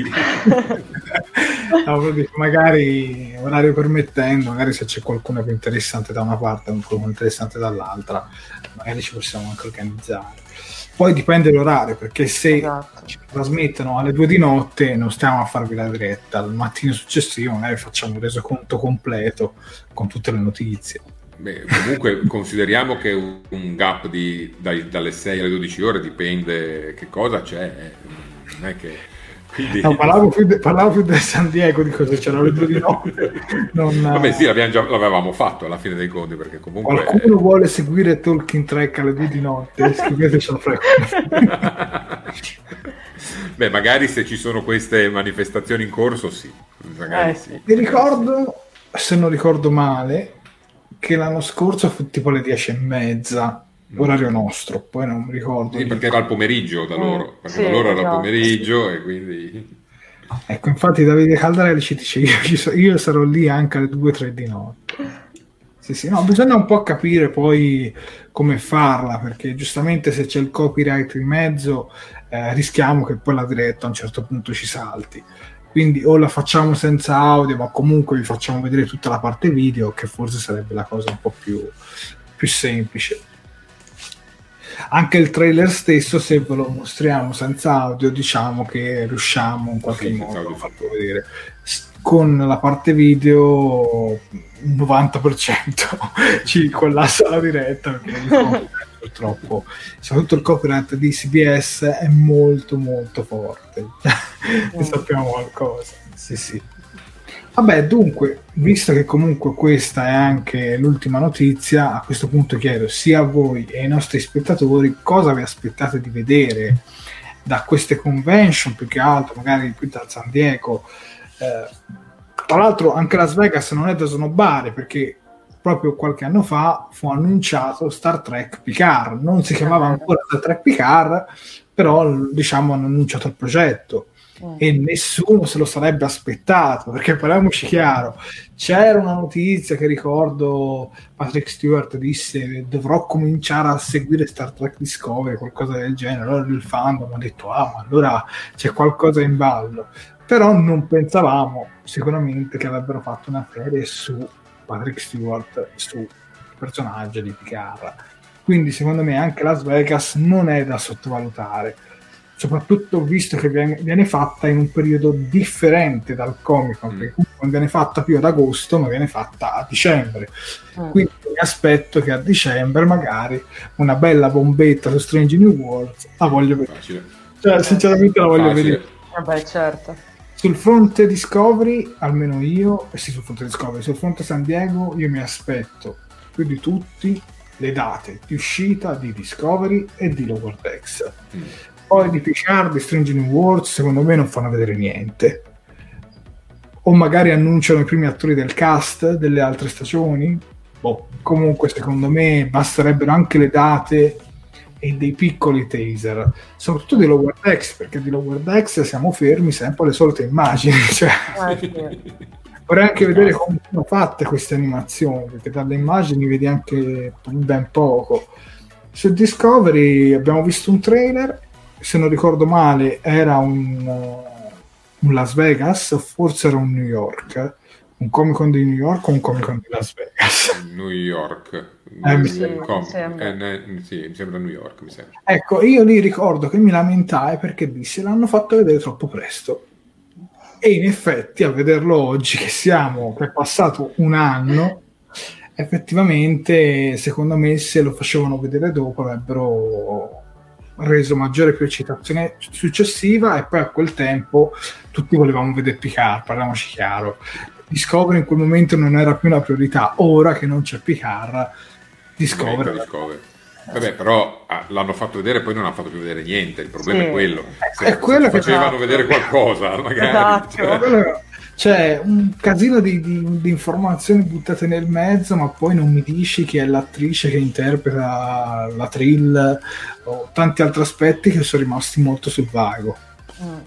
No, dico, magari orario permettendo, magari se c'è qualcuno più interessante da una parte e qualcuno interessante dall'altra, magari ci possiamo anche organizzare. Poi dipende l'orario, perché se Esatto. ci trasmettono alle due di notte non stiamo a farvi la diretta, al mattino successivo magari facciamo un resoconto completo con tutte le notizie. Beh, comunque consideriamo che un, un gap di, dai, dalle sei alle dodici ore dipende che cosa c'è, eh. Non è che... Quindi... No, parlavo, più de, parlavo più del San Diego, di cosa c'erano le due di notte. Non, Vabbè sì, l'abbiamo già, l'avevamo fatto alla fine dei conti, perché comunque... Qualcuno vuole seguire Talking Track alle due di notte? Scrivetecelo fra. Beh, magari se ci sono queste manifestazioni in corso, sì. Magari Eh, sì. Mi ricordo, se non ricordo male, che l'anno scorso fu tipo alle dieci e mezza, orario nostro, poi non mi ricordo. Sì, perché era al pomeriggio da loro, perché Sì, da loro era esatto. il pomeriggio e quindi... Ecco, infatti Davide Caldarelli ci dice io, ci so- io sarò lì anche alle due tre di notte. Sì, sì, no, bisogna un po' capire poi come farla, perché giustamente se c'è il copyright in mezzo eh, rischiamo che poi la diretta a un certo punto ci salti. Quindi o la facciamo senza audio, ma comunque vi facciamo vedere tutta la parte video, che forse sarebbe la cosa un po' più, più semplice. Anche il trailer stesso, se ve lo mostriamo senza audio, diciamo che riusciamo in qualche Sì, modo senza a audio. farlo vedere. S- Con la parte video il novanta per cento ci collassa la diretta, perché il copyright, purtroppo, soprattutto il copyright di C B S è molto molto forte. Ne sappiamo qualcosa. Sì, sì. Vabbè, dunque, visto che comunque questa è anche l'ultima notizia, a questo punto chiedo sia a voi e ai nostri spettatori cosa vi aspettate di vedere da queste convention, più che altro, magari più da San Diego. Eh, tra l'altro anche Las Vegas non è da snobbare, perché proprio qualche anno fa fu annunciato Star Trek Picard, non si chiamava ancora Star Trek Picard, però diciamo hanno annunciato il progetto. Mm. E nessuno se lo sarebbe aspettato, perché parliamoci chiaro, c'era una notizia che ricordo Patrick Stewart disse dovrò cominciare a seguire Star Trek Discovery, qualcosa del genere. Allora il fandom ha detto ah ma allora c'è qualcosa in ballo, però non pensavamo sicuramente che avrebbero fatto una serie su Patrick Stewart, sul personaggio di Picard. Quindi secondo me anche Las Vegas non è da sottovalutare, soprattutto visto che viene, viene fatta in un periodo differente dal Comic Con, mm. perché non viene fatta più ad agosto ma viene fatta a dicembre, mm. quindi mi aspetto che a dicembre magari una bella bombetta su Strange New Worlds la voglio vedere. Cioè, sinceramente la voglio Facile. vedere. Vabbè, certo. Sul fronte Discovery, almeno io, eh sì, sul fronte Discovery, sul fronte San Diego, io mi aspetto più di tutti le date di uscita di Discovery e di Lower Decks. Mm. Poi di Picard, di Strange New Worlds, secondo me non fanno vedere niente. O magari annunciano i primi attori del cast delle altre stagioni. Boh, comunque secondo me basterebbero anche le date e dei piccoli teaser, soprattutto di Lower Decks, perché di Lower Decks siamo fermi sempre alle solite immagini. Cioè, ah, sì. Vorrei anche vedere come sono fatte queste animazioni, perché dalle immagini vedi anche ben poco. Su Discovery abbiamo visto un trailer, se non ricordo male era un, uh, un Las Vegas, forse era un New York, un Comic Con di New York o un Comic Con di Las Vegas? New York. Eh, mi sembra. Com- eh, ne, sì, mi sembra New York, mi sembra. Ecco, io lì ricordo che mi lamentai perché dissi l'hanno fatto vedere troppo presto. E in effetti a vederlo oggi che siamo, che è passato un anno, effettivamente secondo me se lo facevano vedere dopo avrebbero reso maggiore più eccitazione successiva, e poi a quel tempo tutti volevamo vedere Picard, parliamoci chiaro. Discovery in quel momento non era più una priorità, ora che non c'è Picard, Discovery, Discovery. Vabbè, però ah, l'hanno fatto vedere e poi non hanno fatto più vedere niente, il problema sì. è quello. Se, è quello se che facevano fa... vedere qualcosa, magari. Esatto. Cioè. C'è un casino di, di, di informazioni buttate nel mezzo, ma poi non mi dici che è l'attrice che interpreta la Trill o tanti altri aspetti che sono rimasti molto sul vago. Mm.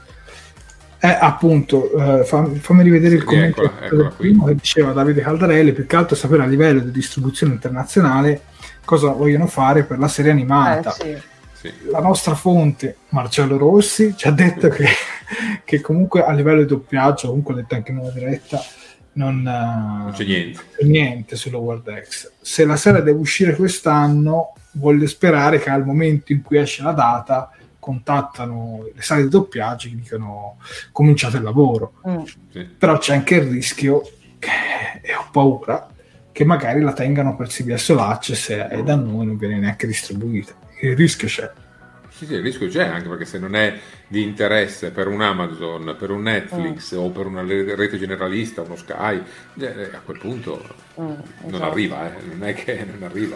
Eh, appunto, eh, fammi, fammi rivedere il sì, commento eccola, eccola primo che diceva Davide Caldarelli, più che altro sapere a livello di distribuzione internazionale cosa vogliono fare per la serie animata. Eh, sì. Sì. La nostra fonte, Marcello Rossi, ci ha detto che, che comunque a livello di doppiaggio, comunque detto anche in una diretta, non, non c'è niente. c'è niente su Lower Decks. Se la serie deve uscire quest'anno, voglio sperare che al momento in cui esce la data contattano le sale di doppiaggio e dicono cominciate il lavoro. Mm. Sì. Però c'è anche il rischio, che, e ho paura, che magari la tengano per C B S All Access e da noi non viene neanche distribuita. Il rischio c'è. Sì, sì, il rischio c'è, anche perché se non è di interesse per un Amazon, per un Netflix mm. o per una rete generalista, uno Sky, a quel punto mm, non esatto. arriva, eh. non è che non arriva.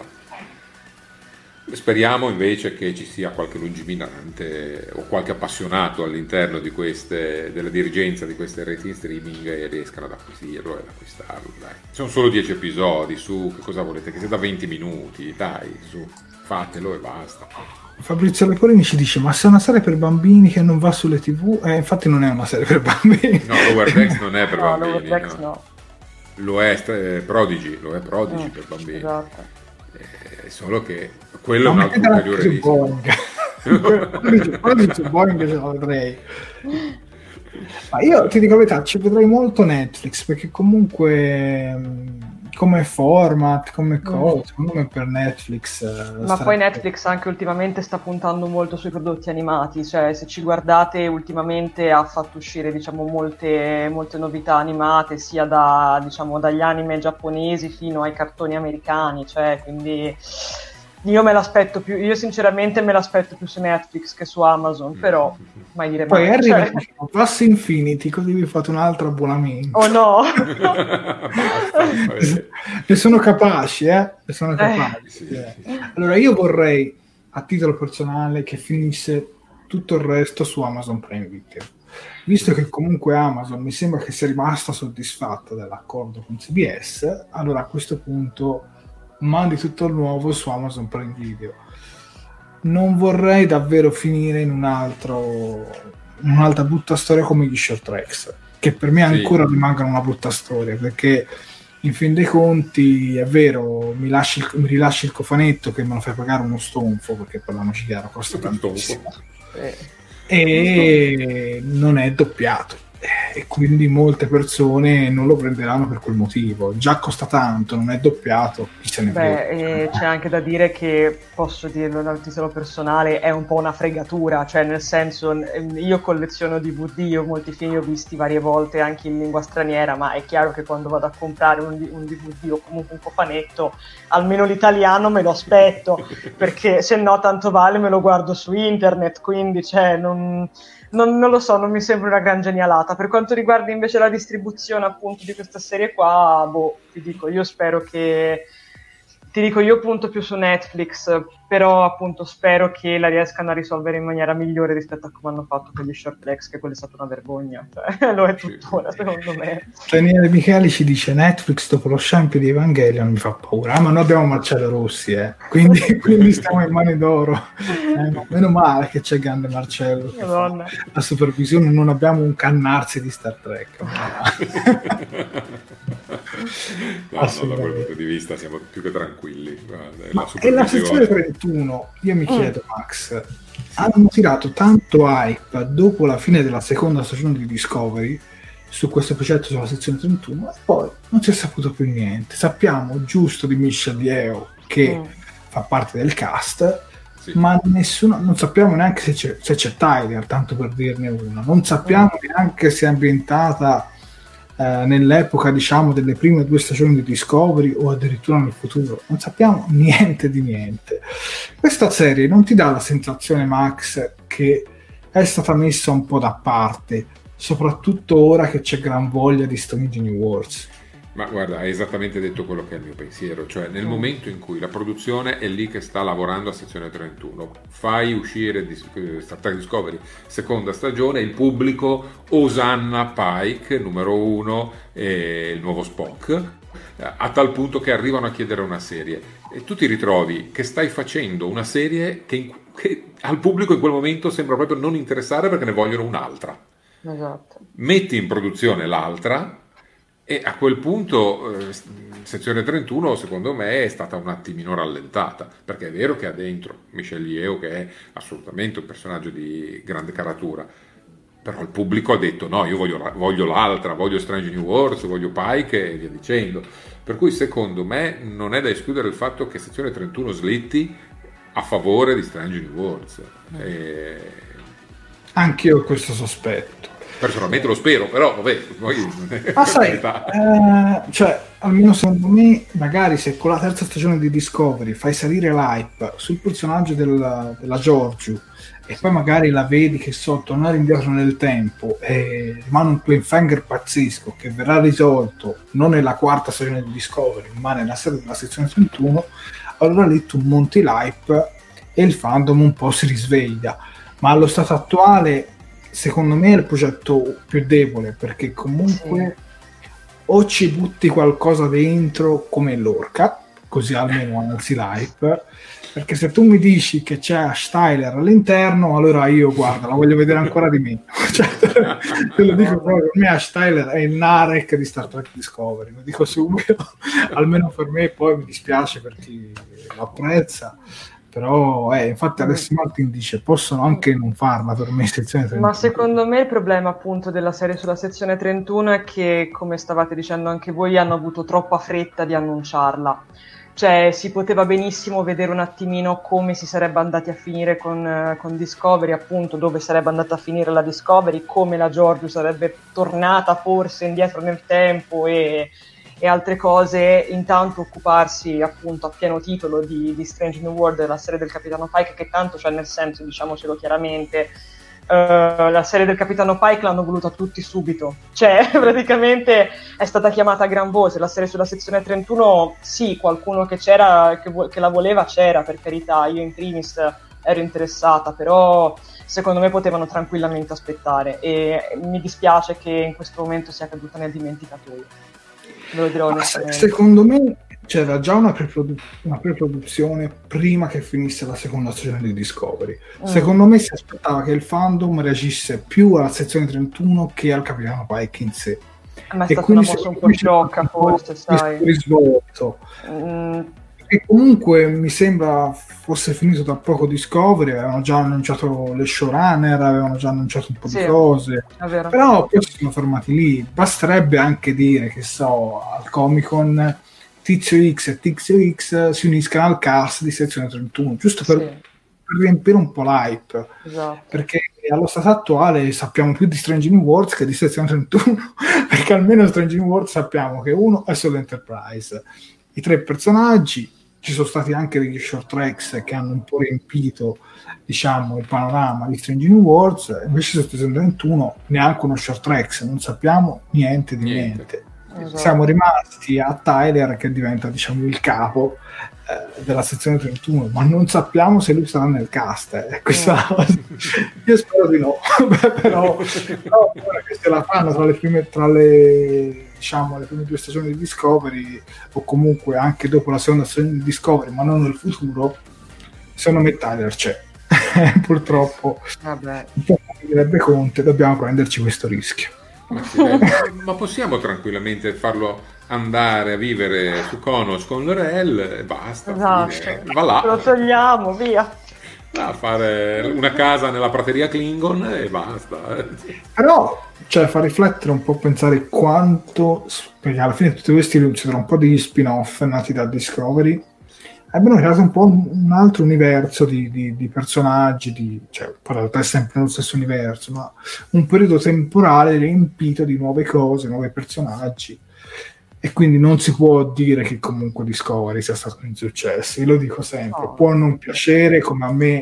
Speriamo invece che ci sia qualche lungimirante o qualche appassionato all'interno di queste, della dirigenza di queste reti in streaming e riescano ad acquisirlo e ad acquistarlo. Dai. Sono solo dieci episodi, su, che cosa volete? Che sia da venti minuti, dai, su, fatelo e basta. Fabrizio Leporini ci dice: ma se è una serie per bambini che non va sulle tv, eh, infatti non è una serie per bambini. No, Lower Decks non è per no, bambini, Decks, no. no. Lo è eh, Prodigy, lo è Prodigy mm, per bambini. Esatto. Eh, solo che quello è un altro ulteriore rischio. Prodigy Boeing ce la vedrei. Ma io ti dico la verità, ci vedrei molto Netflix, perché comunque come format, come cosa, mm. secondo me per Netflix uh, ma poi Netflix anche ultimamente sta puntando molto sui prodotti animati, cioè se ci guardate ultimamente ha fatto uscire diciamo molte, molte novità animate, sia da diciamo dagli anime giapponesi fino ai cartoni americani, cioè quindi io me l'aspetto più, io sinceramente me l'aspetto più su Netflix che su Amazon, però mai dire poi mai. arriva Cioè... Plus Infinity, così vi fate un altro abbonamento. Oh no! Ne sono capaci, eh? Ne sono capaci. Eh. Sì, eh. sì, sì. Allora io vorrei, a titolo personale, che finisse tutto il resto su Amazon Prime Video. Visto che comunque Amazon mi sembra che sia rimasta soddisfatta dell'accordo con C B S, allora a questo punto mandi tutto il nuovo su Amazon Prime Video. Non vorrei davvero finire in un altro in un'altra brutta storia come gli short tracks, che per me ancora sì. rimangono una brutta storia, perché in fin dei conti è vero, mi, lasci il, mi rilasci il cofanetto che me lo fai pagare uno stonfo, perché parliamoci chiaro, costa tantissimo eh. e non è doppiato, e quindi molte persone non lo prenderanno per quel motivo. Già costa tanto, non è doppiato, chi se ne Beh, e c'è anche da dire che, posso dirlo da titolo personale, è un po' una fregatura, cioè nel senso, io colleziono D V D, io molti film li ho visti varie volte anche in lingua straniera, ma è chiaro che quando vado a comprare un, un D V D o comunque un cofanetto, almeno l'italiano me lo aspetto, perché se no tanto vale me lo guardo su internet, quindi cioè non... Non, non lo so, non mi sembra una gran genialata. Per quanto riguarda invece la distribuzione appunto di questa serie qua, boh, ti dico, io spero che ti dico, io punto più su Netflix, però appunto spero che la riescano a risolvere in maniera migliore rispetto a come hanno fatto con gli short tracks, che quello è stata una vergogna, cioè, lo è tuttora secondo me. Daniele Micheli ci dice: Netflix dopo lo shampoo di Evangelion mi fa paura, ah, ma noi abbiamo Marcello Rossi, eh. quindi, quindi stiamo in mani d'oro, eh, no, meno male che c'è grande Marcello, la supervisione, non abbiamo un Cannarsi di Star Trek. No, no, da quel punto di vista siamo più che tranquilli. Ma è la sezione trentuno, io mi chiedo, Max, sì. hanno tirato tanto hype dopo la fine della seconda stagione di Discovery su questo progetto sulla sezione trentuno e poi non si è saputo più niente. Sappiamo giusto di Michelle Yeoh che mm. fa parte del cast, sì. ma nessuno, non sappiamo neanche se c'è, se c'è Tyler, tanto per dirne una, non sappiamo mm. neanche se è ambientata Uh, nell'epoca diciamo delle prime due stagioni di Discovery o addirittura nel futuro, non sappiamo niente di niente. Questa serie non ti dà la sensazione, Max, che è stata messa un po' da parte, soprattutto ora che c'è gran voglia di Strange New Worlds? Ma guarda, hai esattamente detto quello che è il mio pensiero, cioè nel momento in cui la produzione è lì che sta lavorando a sezione trentuno, fai uscire Star Trek Discovery seconda stagione, il pubblico osanna Pike, numero uno, e il nuovo Spock, a tal punto che arrivano a chiedere una serie, e tu ti ritrovi che stai facendo una serie che, in, che al pubblico in quel momento sembra proprio non interessare perché ne vogliono un'altra. Esatto. Metti in produzione l'altra, e a quel punto eh, sezione trentuno secondo me è stata un attimino rallentata, perché è vero che ha dentro Michelle Yeoh che è assolutamente un personaggio di grande caratura, però il pubblico ha detto no, io voglio, voglio l'altra, voglio Strange New Worlds, voglio Pike e via dicendo, per cui secondo me non è da escludere il fatto che sezione trentuno slitti a favore di Strange New Worlds. E... anche io ho questo sospetto. Personalmente lo spero, però vabbè, poi ma sai, eh, cioè almeno secondo me, magari se con la terza stagione di Discovery fai salire l'hype sul personaggio della, della Georgiou e poi magari la vedi che so tornare indietro nel tempo e rimane un cliffhanger pazzesco che verrà risolto non nella quarta stagione di Discovery ma nella serie della sezione trentuno, allora lì tu monti l'hype e il fandom un po' si risveglia, ma allo stato attuale secondo me è il progetto più debole, perché comunque sì. o ci butti qualcosa dentro come l'orca, così almeno alzi l'hype, perché se tu mi dici che c'è Ash Tyler all'interno, allora io guarda, la voglio vedere ancora di meno. Cioè, te lo dico proprio, per me Ash Tyler è il Narek di Star Trek Discovery, lo dico subito, almeno per me, poi mi dispiace per chi lo apprezza. Però eh, infatti Alessio Martin dice possono anche non farla per me sezione trentuno. Ma secondo me il problema appunto della serie sulla sezione trentuno è che, come stavate dicendo anche voi, hanno avuto troppa fretta di annunciarla, cioè si poteva benissimo vedere un attimino come si sarebbe andati a finire con, con Discovery, appunto dove sarebbe andata a finire la Discovery, come la Georgiou sarebbe tornata forse indietro nel tempo e e altre cose, intanto occuparsi appunto a pieno titolo di, di Strange New World, della serie del Capitano Pike, che tanto, cioè nel senso, diciamocelo chiaramente, Uh, la serie del Capitano Pike l'hanno voluta tutti subito, cioè praticamente è stata chiamata a gran voce. La serie sulla sezione trentuno, sì, qualcuno che c'era, che, vo- che la voleva c'era, per carità, io in primis ero interessata, però secondo me potevano tranquillamente aspettare, e mi dispiace che in questo momento sia caduta nel dimenticatoio, ve lo dirò onestamente. Secondo me c'era già una, preprodu- una preproduzione prima che finisse la seconda stagione di Discovery. Mm. Secondo me si aspettava che il fandom reagisse più alla sezione trentuno che al Capitano Pike in sé. Ma è stata una mossa un po' sciocca, forse, sai. Risvolto. Mm. E comunque mi sembra fosse finito da poco Discovery, avevano già annunciato le showrunner, avevano già annunciato un po' sì, di cose, però poi si sono fermati lì. Basterebbe anche dire che so, al Comic Con Tizio X e Tizio X si uniscano al cast di sezione trentuno, giusto per, sì. per riempire un po' l'hype, esatto. Perché allo stato attuale sappiamo più di Strange New Worlds che di sezione trentuno, perché almeno Strange New Worlds sappiamo che uno è solo Enterprise, i tre personaggi, ci sono stati anche degli short tracks che hanno un po' riempito, diciamo, il panorama di Strange New Worlds, invece su sezione trentuno neanche uno short tracks, non sappiamo niente di niente, niente. Esatto. Siamo rimasti a Tyler che diventa, diciamo, il capo eh, della sezione trentuno, ma non sappiamo se lui sarà nel cast, eh. Questa mm. io spero di no. però, però che se la fanno tra le prime tra le diciamo le prime due stagioni di Discovery, o comunque anche dopo la seconda stagione di Discovery, ma non nel futuro, secondo me Tyler c'è. Purtroppo vabbè. Un po' come direbbe Conte, dobbiamo prenderci questo rischio. Ma, sì, ma possiamo tranquillamente farlo andare a vivere su Konos con L'Orel e basta, esatto. Fine, va là, lo togliamo, via, a fare una casa nella prateria Klingon e basta. Però cioè fa riflettere un po', pensare quanto, perché alla fine tutti questi c'erano un po' di spin-off nati da Discovery, abbiano creato un po' un altro universo di, di, di personaggi, di, cioè in realtà è sempre nello stesso universo, ma un periodo temporale riempito di nuove cose, nuovi personaggi, e quindi non si può dire che comunque Discovery sia stato un insuccesso. Io lo dico sempre, oh. Può non piacere, come a me,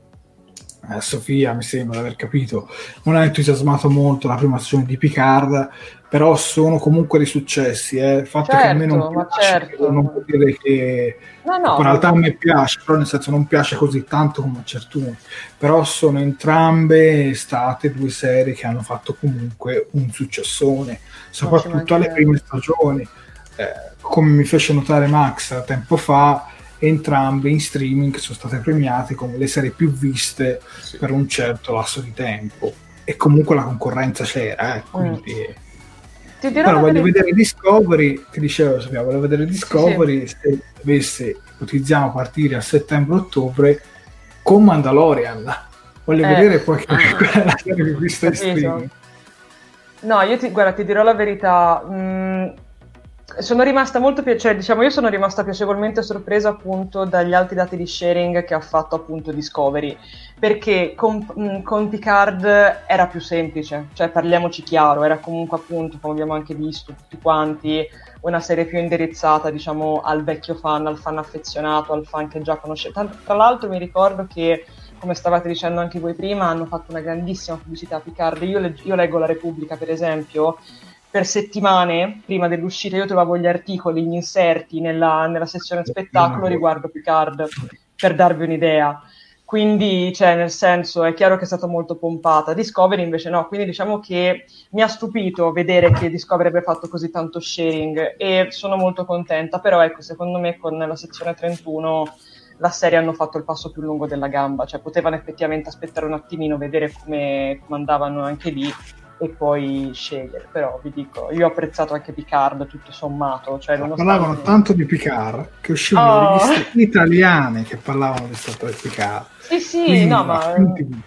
eh, Sofia mi sembra di aver capito, non ha entusiasmato molto la prima stagione di Picard, però sono comunque dei successi, eh. Il fatto certo, che a me non piace, certo. non vuol dire che no, no, in realtà a me piace, però nel senso non piace così tanto come a certi, però sono entrambe state due serie che hanno fatto comunque un successone, soprattutto alle prime stagioni, eh, come mi fece notare Max tempo fa, entrambe in streaming sono state premiate come le serie più viste sì. per un certo lasso di tempo, e comunque la concorrenza c'era, eh, quindi mm. Ti dirò però voglio vedere Discovery, ti dicevo Sofia, voglio vedere Discovery sì, sì. se dovesse, ipotizziamo, partire a settembre-ottobre con Mandalorian, voglio eh. vedere poi che è la serie che vista in streaming. No, io ti, guarda, ti dirò la verità, mh, sono rimasta molto piacevole, cioè, diciamo, io sono rimasta piacevolmente sorpresa appunto dagli alti dati di sharing che ha fatto appunto Discovery, perché con, mh, con Picard era più semplice, cioè parliamoci chiaro, era comunque appunto, come abbiamo anche visto tutti quanti, una serie più indirizzata, diciamo, al vecchio fan, al fan affezionato, al fan che già conosce. Tra, tra l'altro mi ricordo che, come stavate dicendo anche voi prima, hanno fatto una grandissima pubblicità a Picard. Io, leg- io leggo La Repubblica, per esempio, per settimane prima dell'uscita io trovavo gli articoli, gli inserti nella, nella sezione spettacolo riguardo Picard, per darvi un'idea. Quindi, cioè, nel senso, è chiaro che è stata molto pompata. Discovery invece no, quindi diciamo che mi ha stupito vedere che Discovery abbia fatto così tanto sharing, e sono molto contenta. Però ecco, secondo me con la sezione trentuno la serie hanno fatto il passo più lungo della gamba, cioè potevano effettivamente aspettare un attimino, vedere come, come andavano anche lì e poi scegliere. Però vi dico, io ho apprezzato anche Picard tutto sommato, cioè parlavano tanto di Picard che uscivano oh. riviste italiane che parlavano di stato di Picard. Sì sì, quindi, no ma quindi,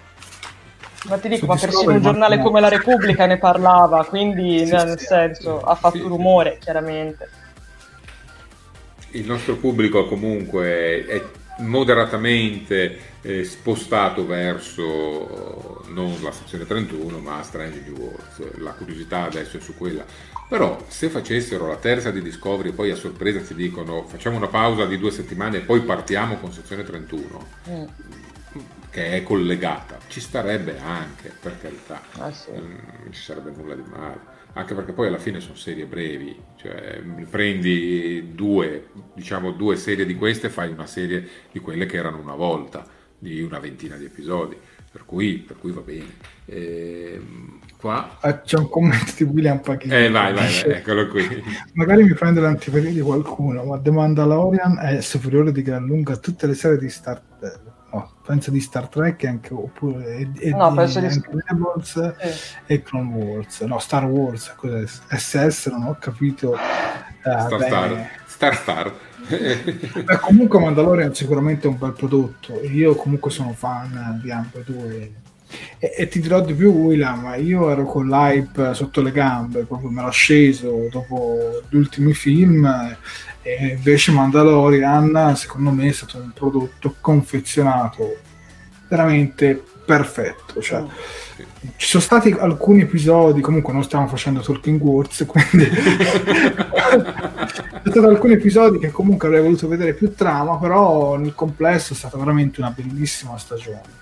ma ti dico, ma persino un giornale come La Repubblica ne parlava, quindi sì, nel sì, senso sì, ha fatto sì, rumore chiaramente. Il nostro pubblico comunque è moderatamente eh, spostato verso non la sezione trentuno ma Strange New Worlds. La curiosità adesso è su quella, però se facessero la terza di Discovery e poi a sorpresa ti dicono facciamo una pausa di due settimane e poi partiamo con sezione trentuno mm. che è collegata, ci starebbe anche, per carità, ah, sì. non ci sarebbe nulla di male, anche perché poi alla fine sono serie brevi, cioè prendi due, diciamo due serie di queste e fai una serie di quelle che erano una volta, di una ventina di episodi, per cui, per cui va bene. E, qua ah, c'è un commento di William Pachini. Eh vai, vai, vai, eccolo qui. Magari mi prende l'antipatia di qualcuno, ma The Mandalorian è superiore di gran lunga a tutte le serie di Star Trek. No, penso di Star Trek anche, oppure e, e no, di, penso anche di Rebels eh. e Clone Wars, no, Star Wars, cos'è? S S, non ho capito. Eh, Star, Star Star Star Beh, comunque Mandalorian sicuramente è un bel prodotto, io comunque sono fan di ambedue e, e ti dirò di più, William, io ero con l'hype sotto le gambe, proprio me l'ho sceso dopo gli ultimi film, e invece Mandalorian secondo me è stato un prodotto confezionato veramente perfetto, cioè ci sono stati alcuni episodi, comunque non stiamo facendo Talking Wars, quindi ci sono stati alcuni episodi che comunque avrei voluto vedere più trama, però nel complesso è stata veramente una bellissima stagione.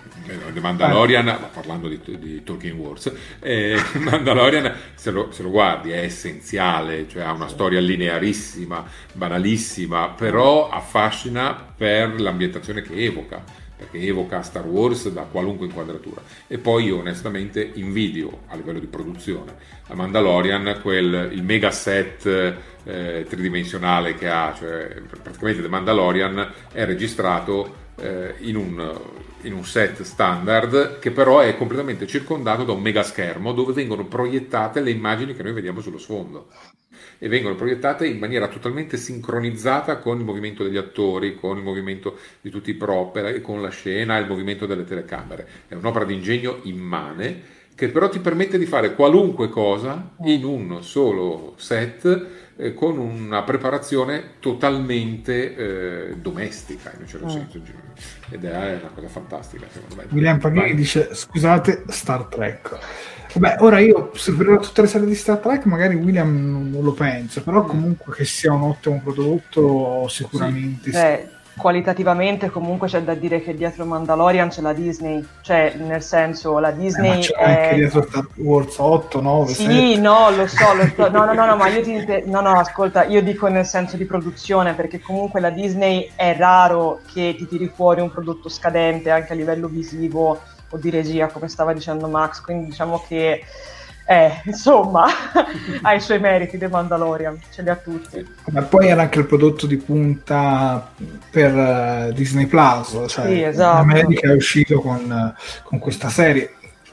The Mandalorian, eh. parlando di, di Talking Wars, eh, Mandalorian se lo, se lo guardi è essenziale, cioè ha una storia linearissima, banalissima, però affascina per l'ambientazione che evoca, perché evoca Star Wars da qualunque inquadratura. E poi io onestamente invidio a livello di produzione a Mandalorian quel, il mega set eh, tridimensionale che ha, cioè praticamente The Mandalorian è registrato eh, in un in un set standard che però è completamente circondato da un mega schermo dove vengono proiettate le immagini che noi vediamo sullo sfondo e vengono proiettate in maniera totalmente sincronizzata con il movimento degli attori, con il movimento di tutti i prop, con la scena e il movimento delle telecamere. È un'opera di ingegno immane che però ti permette di fare qualunque cosa in un solo set eh, con una preparazione totalmente eh, domestica in un certo mm. senso, ed è una cosa fantastica secondo me. William Paghi dice scusate Star Trek. Vabbè, ora io superiore a tutte le serie di Star Trek magari William non lo penso, però comunque che sia un ottimo prodotto sicuramente sì. Beh, qualitativamente comunque c'è da dire che dietro Mandalorian c'è la Disney, cioè nel senso la Disney eh, ma c'è è... anche dietro Star Wars otto, nove, sì, sette. no, lo so, lo so. No, no, no, no, ma io ti no, no, ascolta, io dico nel senso di produzione, perché comunque la Disney è raro che ti tiri fuori un prodotto scadente anche a livello visivo o di regia, come stava dicendo Max, quindi diciamo che Eh, insomma, ha i suoi meriti The Mandalorian, ce li ha tutti. Ma poi era anche il prodotto di punta per uh, Disney Plus, cioè sì, esatto. In America è uscito con, con questa serie.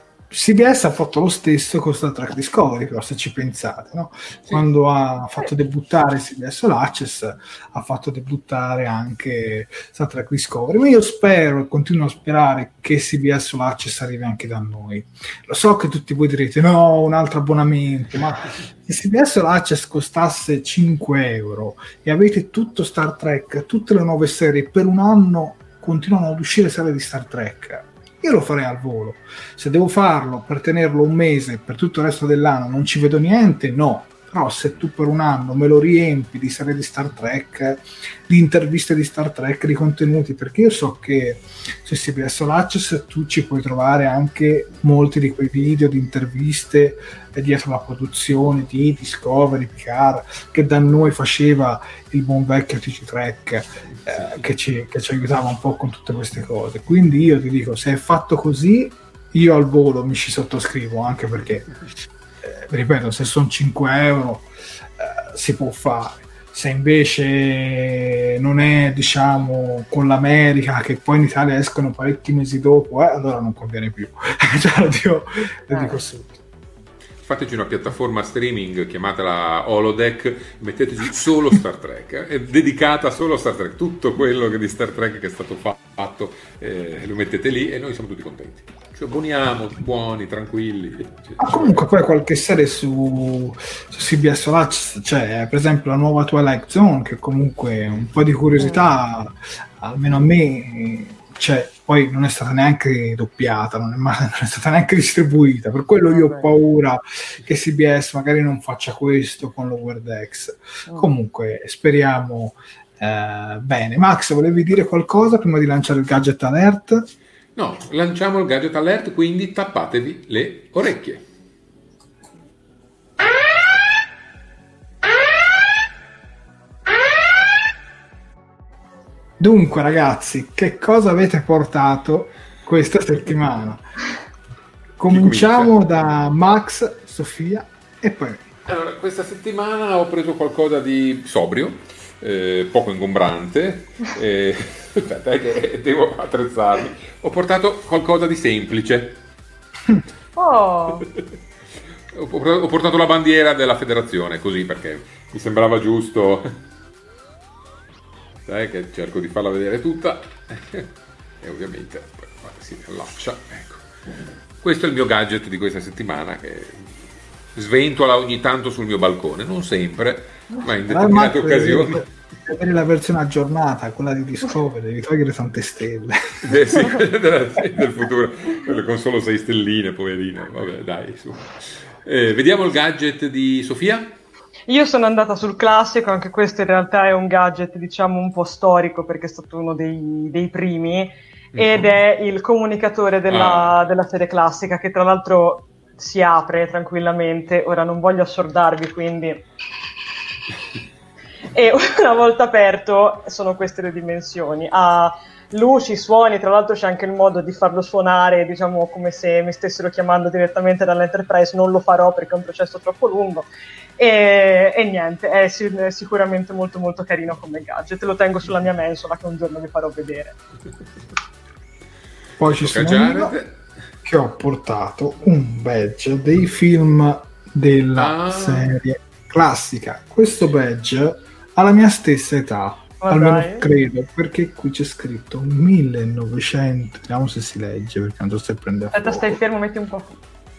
C B S ha fatto lo stesso con Star Trek Discovery, però se ci pensate, no? Sì. Quando ha fatto debuttare C B S All Access ha fatto debuttare anche Star Trek Discovery, ma io spero e continuo a sperare che C B S All Access arrivi anche da noi. Lo so che tutti voi direte no, un altro abbonamento, ma se C B S All Access costasse cinque euro e avete tutto Star Trek, tutte le nuove serie, per un anno continuano ad uscire serie di Star Trek, io lo farei al volo. Se devo farlo per tenerlo un mese, per tutto il resto dell'anno non ci vedo niente, no. Però se tu per un anno me lo riempi di serie di Star Trek, di interviste di Star Trek, di contenuti, perché io so che su C B S All Access tu ci puoi trovare anche molti di quei video di interviste dietro la produzione di Discovery, Picard, che da noi faceva il buon vecchio T G Trek, eh, che, ci, che ci aiutava un po' con tutte queste cose. Quindi io ti dico, se è fatto così, io al volo mi ci sottoscrivo, anche perché eh, ripeto, se sono cinque euro eh, si può fare. Se invece non è, diciamo, con l'America, che poi in Italia escono parecchi mesi dopo, eh, allora non conviene più. Cioè, lo dico, lo dico subito. Fateci una piattaforma streaming, chiamatela Holodeck, metteteci solo Star Trek, è dedicata solo a Star Trek, tutto quello che di Star Trek che è stato fatto eh, lo mettete lì e noi siamo tutti contenti. Ci abboniamo, buoni, tranquilli. Ma comunque poi qualche serie su, su C B S All Access, cioè per esempio la nuova Twilight Zone, che comunque un po' di curiosità almeno a me, cioè, poi non è stata neanche doppiata, non è, mai, non è stata neanche distribuita, per quello io ho paura che C B S magari non faccia questo con Lower Decks. Oh. Comunque speriamo eh, bene. Max, volevi dire qualcosa prima di lanciare il gadget alert? No, lanciamo il gadget alert, quindi tappatevi le orecchie. Dunque ragazzi, che cosa avete portato questa settimana? Cominciamo da Max, Sofia e poi... Allora, questa settimana ho preso qualcosa di sobrio, eh, poco ingombrante, eh, aspetta eh, che devo attrezzarmi. Ho portato qualcosa di semplice. Oh. Ho portato la bandiera della federazione, così, perché mi sembrava giusto... Dai che cerco di farla vedere tutta e ovviamente poi si allaccia, ecco. Questo è il mio gadget di questa settimana che sventola ogni tanto sul mio balcone, non sempre, ma in determinate occasioni. Per avere la versione aggiornata, quella di Discovery, devi togliere tante stelle. Eh sì, del, del futuro, quelle con solo sei stelline, poverine. Vabbè, dai, su. Eh, vediamo il gadget di Sofia. Io sono andata sul classico, anche questo in realtà è un gadget diciamo un po' storico perché è stato uno dei, dei primi, ed è il comunicatore della, ah. della serie classica, che tra l'altro si apre tranquillamente. Ora non voglio assordarvi, quindi... e una volta aperto sono queste le dimensioni. Ha luci, suoni, tra l'altro c'è anche il modo di farlo suonare, diciamo come se mi stessero chiamando direttamente dall'Enterprise. Non lo farò perché è un processo troppo lungo. E, e niente, è sic- sicuramente molto molto carino come gadget. Lo tengo sulla mia mensola che un giorno vi farò vedere. Poi ci sono io che ho portato un badge dei film della ah. serie classica. Questo badge ha la mia stessa età, oh, almeno dai. credo, perché qui c'è scritto millenovecento. Vediamo se si legge, perché non so se prende a Aspetta, fuoco. Stai fermo, metti un po'.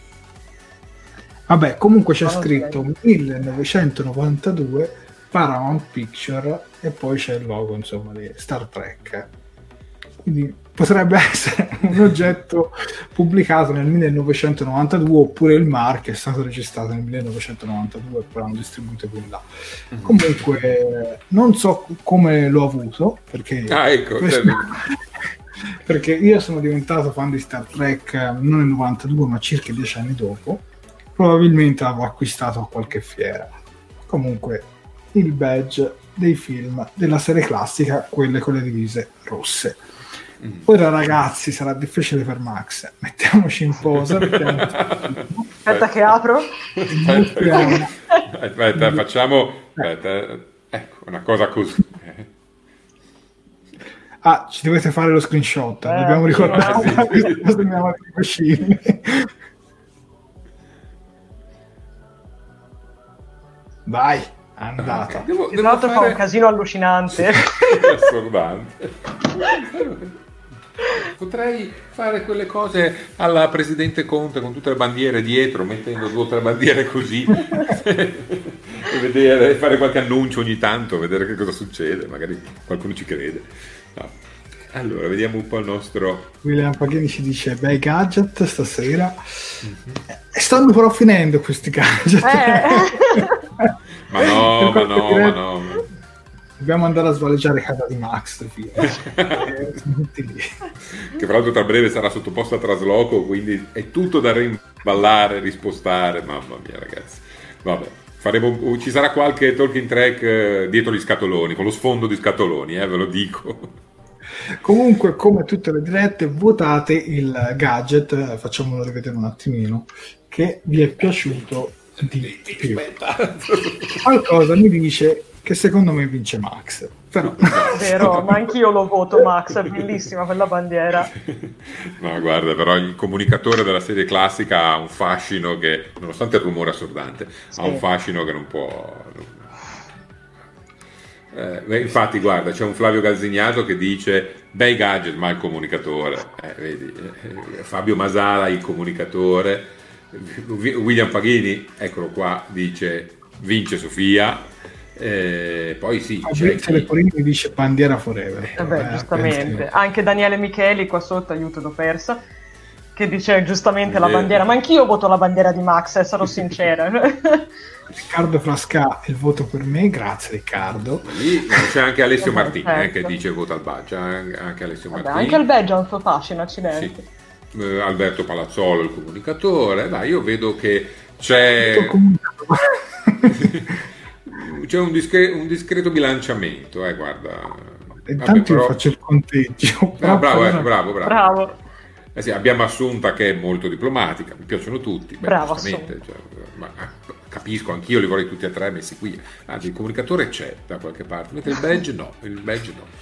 Vabbè, comunque c'è oh, scritto okay. millenovecentonovantadue Paramount Picture e poi c'è il logo, insomma, di Star Trek. Quindi potrebbe essere un oggetto pubblicato nel millenovecentonovantadue, oppure il marchio è stato registrato nel millenovecentonovantadue e poi l'hanno distribuito più in là. Mm-hmm. Comunque non so come l'ho avuto, perché ah, ecco, questo... perché io sono diventato fan di Star Trek non nel novantadue ma circa dieci anni dopo. Probabilmente l'avevo acquistato a qualche fiera. Comunque il badge dei film della serie classica, quelle con le divise rosse. Mm. Ora ragazzi, sarà difficile per Max, mettiamoci in posa. Mettiamo... aspetta che apro. Aspetta, aspetta facciamo aspetta. Ecco, una cosa così. Ah, ci dovete fare lo screenshot, eh, dobbiamo ricordare sì, sì. Vai, andata. Devo, devo fare... fa un casino allucinante. Assordante. Potrei fare quelle cose alla presidente Conte con tutte le bandiere dietro, mettendo due o tre bandiere così e vedere, fare qualche annuncio ogni tanto, vedere che cosa succede, magari qualcuno ci crede. No. Allora, vediamo un po' il nostro... William Paghini ci dice, bei gadget stasera. Mm-hmm. E stanno però finendo questi gadget. Eh. ma no, ma no, ma no. Dobbiamo andare a svaleggiare casa di Max. eh, che fra l'altro tra breve sarà sottoposto a trasloco, quindi è tutto da rimballare, rispostare. Mamma mia, ragazzi. Vabbè. Faremo, ci sarà qualche talking track dietro gli scatoloni, con lo sfondo di scatoloni, eh, ve lo dico. Comunque, come tutte le dirette, votate il gadget, facciamolo rivedere un attimino, che vi è piaciuto di più. Qualcosa mi dice che secondo me vince Max, però... Vero, ma anch'io lo voto Max, è bellissima quella bandiera. No, guarda, però il comunicatore della serie classica ha un fascino che, nonostante il rumore assordante, sì. ha un fascino che non può... Eh, infatti guarda, c'è un Flavio Galzignato che dice bei gadget ma il comunicatore, eh, vedi, eh, Fabio Masala il comunicatore, William Paghini, eccolo qua, dice vince Sofia, Eh, poi sì, Fabrizio Leporini mi dice bandiera forever. Eh beh, giustamente. Anche Daniele Micheli qua sotto, aiuto d'ho persa, che dice giustamente la bandiera, ma anch'io voto la bandiera di Max, eh, sarò sincera. Riccardo Frasca, il voto per me, grazie Riccardo. Lì c'è anche Alessio Vabbè, Martini certo. eh, che dice vota al Baggia, anche Alessio Vabbè, Martini. anche il Belgio ha un suo fascino, accidenti. Sì. Eh, Alberto Palazzolo, il comunicatore. Dai, io vedo che c'è c'è un, discre- un discreto bilanciamento, eh, guarda. Intanto Vabbè, però... io faccio il conteggio. Ah, bravo, eh, però... bravo, bravo, Bravo. Eh sì, abbiamo Assunta che è molto diplomatica, mi piacciono tutti. Beh, Bravo, giustamente, cioè, ma, capisco, anch'io li vorrei tutti e tre messi qui. Anzi, il comunicatore c'è da qualche parte, mentre il badge no, il badge no.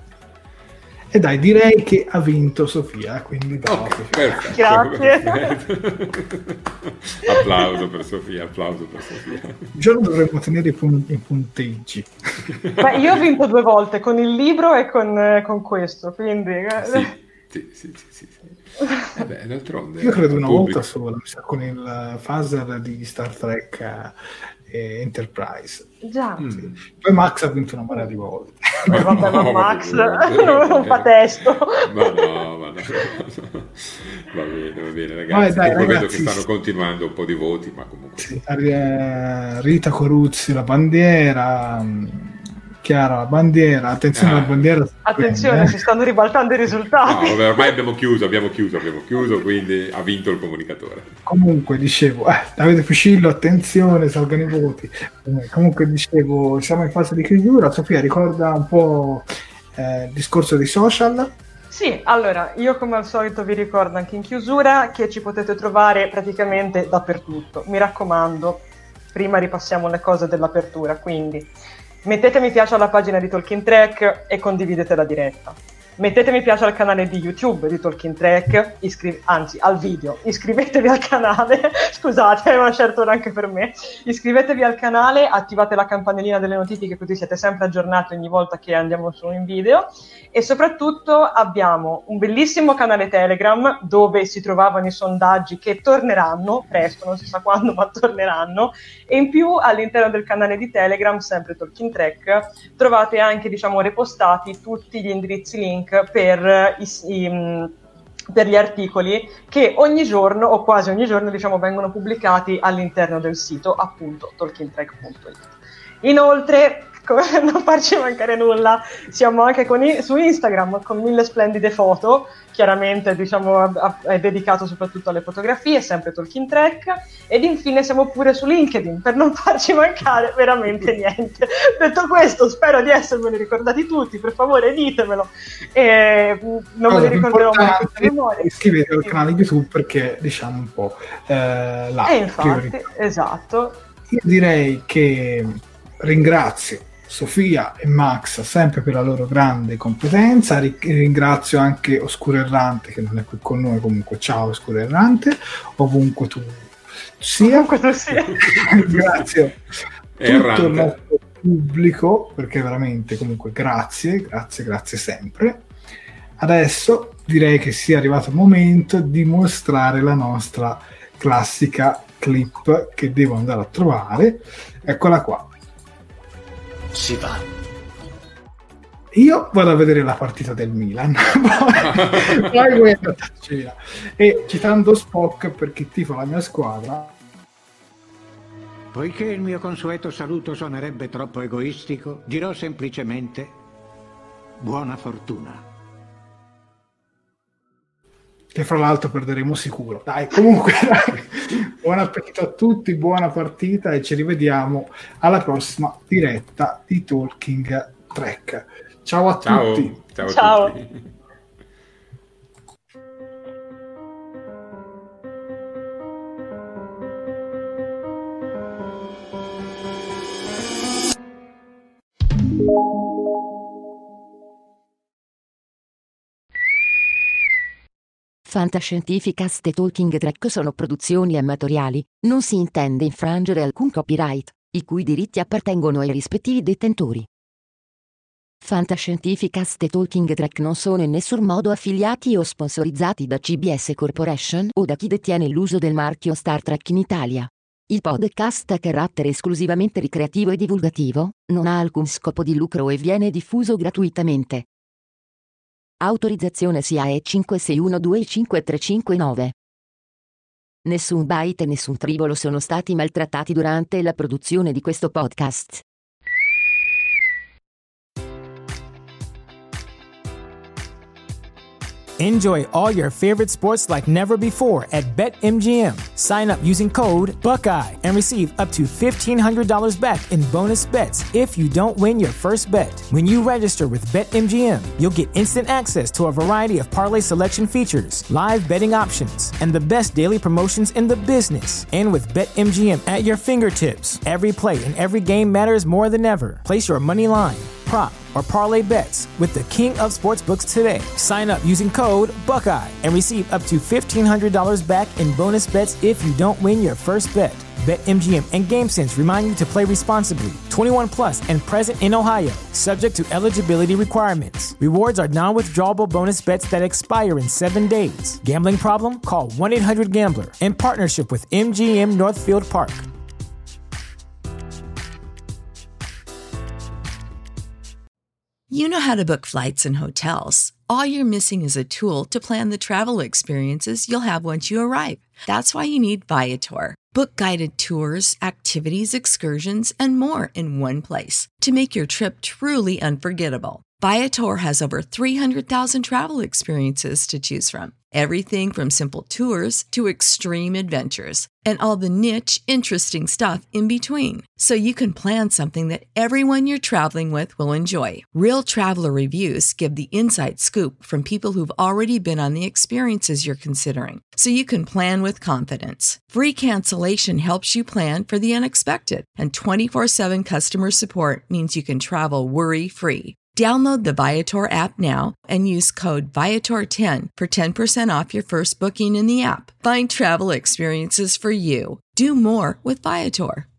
E dai, direi che ha vinto Sofia, quindi bravo, Ok, Sofia. perfetto. Grazie. Perfetto. Applauso per Sofia, applauso per Sofia. Un giorno dovremmo tenere i, pun- i punteggi. Ma io ho vinto due volte, con il libro e con, eh, con questo, quindi... Sì, sì, sì, sì, sì, sì. Eh beh, d'altronde... Io credo una pubblico. volta sola, mi sa, con il phaser di Star Trek eh, Enterprise. Già. Mm. Poi Max ha vinto una marea di volte. Eh, vabbè, ma No, Max figurati. non fa testo. Ma no, ma no. Va bene, va bene, ragazzi. Vai, dai, Comunque ragazzi. vedo che stanno continuando un po' di voti, ma comunque... Sì, eh, Rita Coruzzi la bandiera, mh, Chiara la bandiera, attenzione Ah. alla bandiera. Attenzione, eh. si stanno ribaltando i No, risultati. vabbè, ormai abbiamo chiuso, abbiamo chiuso, abbiamo chiuso, quindi ha vinto il comunicatore. Comunque dicevo, eh, Davide Fucillo, attenzione, salgono i voti. Eh, comunque dicevo, siamo in fase di chiusura. Sofia, ricorda un po' eh, il discorso dei social. Sì, allora, io come al solito vi ricordo anche in chiusura che ci potete trovare praticamente dappertutto. Mi raccomando, prima ripassiamo le cose dell'apertura, quindi mettete mi piace alla pagina di Talking Track e condividete la diretta. Mettete mi piace al canale di YouTube di Talking Track, iscri- anzi al video, iscrivetevi al canale, scusate, è una certa ora anche per me, iscrivetevi al canale, attivate la campanellina delle notifiche così siete sempre aggiornati ogni volta che andiamo su in video e soprattutto abbiamo un bellissimo canale Telegram dove si trovavano i sondaggi che torneranno presto, non si sa quando ma torneranno, e in più all'interno del canale di Telegram, sempre Talking Track, trovate anche diciamo repostati tutti gli indirizzi link per, i, i, per gli articoli che ogni giorno o quasi ogni giorno diciamo vengono pubblicati all'interno del sito appunto talking track punto it. Inoltre, come non farci mancare nulla, siamo anche con i, su Instagram con mille splendide foto, chiaramente diciamo a, è dedicato soprattutto alle fotografie, sempre Talking Track, ed infine siamo pure su LinkedIn per non farci mancare veramente niente. Detto questo, spero di essermene ricordati tutti, per favore ditemelo, e non Cosa me li ricorderò mai a importante, memoria. iscrivetevi al canale YouTube perché diciamo un po' eh, la E infatti, priorità. esatto. Io direi che ringrazio Sofia e Max sempre per la loro grande competenza. Ri- ringrazio anche Oscuro Errante che non è qui con noi, comunque ciao Oscuro Errante ovunque tu sia. Comunque tu sia. Ringrazio Errante. tutto il nostro pubblico perché veramente comunque grazie, grazie, grazie sempre. Adesso direi che sia arrivato il momento di mostrare la nostra classica clip che devo andare a trovare. Eccola qua. Si va. Io vado a vedere la partita del Milan. Poi poi voi andateci via. E citando Spock per chi tifa la mia squadra, Poiché il mio consueto saluto suonerebbe troppo egoistico, dirò semplicemente buona fortuna. che fra l'altro perderemo sicuro. Dai, comunque dai. Buon appetito a tutti, buona partita e ci rivediamo alla prossima diretta di Talking Track. Ciao a Ciao, tutti. ciao a Ciao. tutti. Fantascientificast e Talking Track sono produzioni amatoriali, non si intende infrangere alcun copyright, i cui diritti appartengono ai rispettivi detentori. Fantascientificast e Talking Track non sono in nessun modo affiliati o sponsorizzati da C B S Corporation o da chi detiene l'uso del marchio Star Trek in Italia. Il podcast ha carattere esclusivamente ricreativo e divulgativo, non ha alcun scopo di lucro e viene diffuso gratuitamente. Autorizzazione S I A E cinque sei uno due cinque tre cinque nove. Nessun byte e nessun tribolo sono stati maltrattati durante la produzione di questo podcast. Enjoy all your favorite sports like never before at BetMGM. Sign up using code Buckeye and receive up to fifteen hundred dollars back in bonus bets if you don't win your first bet. When you register with BetMGM, you'll get instant access to a variety of parlay selection features, live betting options, and the best daily promotions in the business. And with BetMGM at your fingertips, every play and every game matters more than ever. Place your money line, prop, or parlay bets with the king of sportsbooks today. Sign up using code Buckeye and receive up to fifteen hundred dollars back in bonus bets if you don't win your first bet. BetMGM and GameSense remind you to play responsibly. twenty-one plus and present in Ohio, subject to eligibility requirements. Rewards are non-withdrawable bonus bets that expire in seven days. Gambling problem? Call one eight hundred gambler in partnership with M G M Northfield Park. You know how to book flights and hotels. All you're missing is a tool to plan the travel experiences you'll have once you arrive. That's why you need Viator. Book guided tours, activities, excursions, and more in one place to make your trip truly unforgettable. Viator has over three hundred thousand travel experiences to choose from. Everything from simple tours to extreme adventures and all the niche, interesting stuff in between. So you can plan something that everyone you're traveling with will enjoy. Real traveler reviews give the inside scoop from people who've already been on the experiences you're considering. So you can plan with confidence. Free cancellation helps you plan for the unexpected. And twenty-four seven customer support means you can travel worry-free. Download the Viator app now and use code Viator ten for ten percent off your first booking in the app. Find travel experiences for you. Do more with Viator.